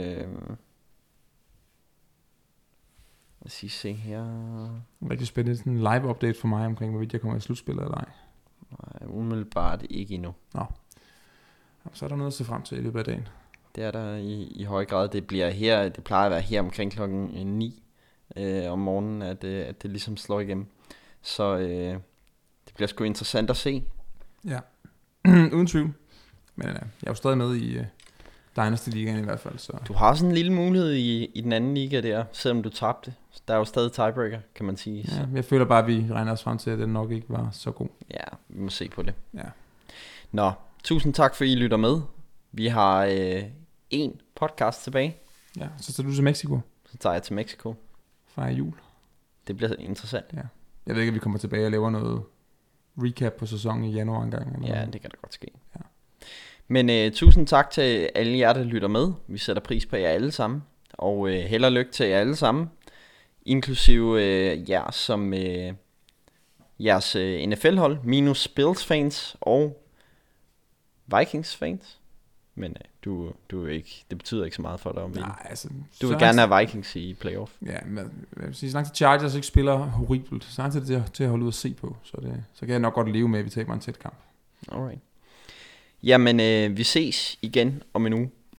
lad os lige se her. Rigtig spændende. Sådan en live update for mig omkring, hvorvidt jeg kommer i slutspillet eller ej. Nej, umiddelbart ikke endnu. Nå. Så er der noget at se frem til i løbet af dagen. Det er der i, i høj grad. Det bliver her, det plejer at være her omkring klokken ni øh, om morgenen, at, øh, at det ligesom slår igennem. Så øh, det bliver sgu interessant at se. Ja, uden tvivl. Men øh, jeg er jo stadig med i øh, Dynasty Ligaen i hvert fald. Så. Du har sådan en lille mulighed i, i den anden liga der, selvom du tabte. Der er jo stadig tiebreaker, kan man sige. Ja, jeg føler bare, at vi regner os frem til, at den nok ikke var så god. Ja, vi må se på det. Ja. Nå, tusind tak for, at I lytter med. Vi har øh, en podcast tilbage. Ja, så tager du til Mexico. Så tager jeg til Mexico. Fejre jul. Det bliver interessant. Ja. Jeg ved ikke, at vi kommer tilbage og laver noget recap på sæsonen i januar engang. Eller Ja, noget. det kan da godt ske. Ja. Men øh, tusind tak til alle jer, der lytter med. Vi sætter pris på jer alle sammen. Og øh, held og lykke til jer alle sammen. Inklusive øh, jer som øh, jeres øh, N F L-hold. Minus Bills-fans og Vikings-fans. Men øh, du, du er ikke, det betyder ikke så meget for dig om Nej, altså, Du vil gerne have Vikings i playoff. Ja, men jeg vil sige, så langt til Chargers ikke spiller horribelt, så langt til det til, til at holde ud at se på, så, det, så kan jeg nok godt leve med, at vi taber en tæt kamp. Alright. Jamen, øh, vi ses igen om en uge.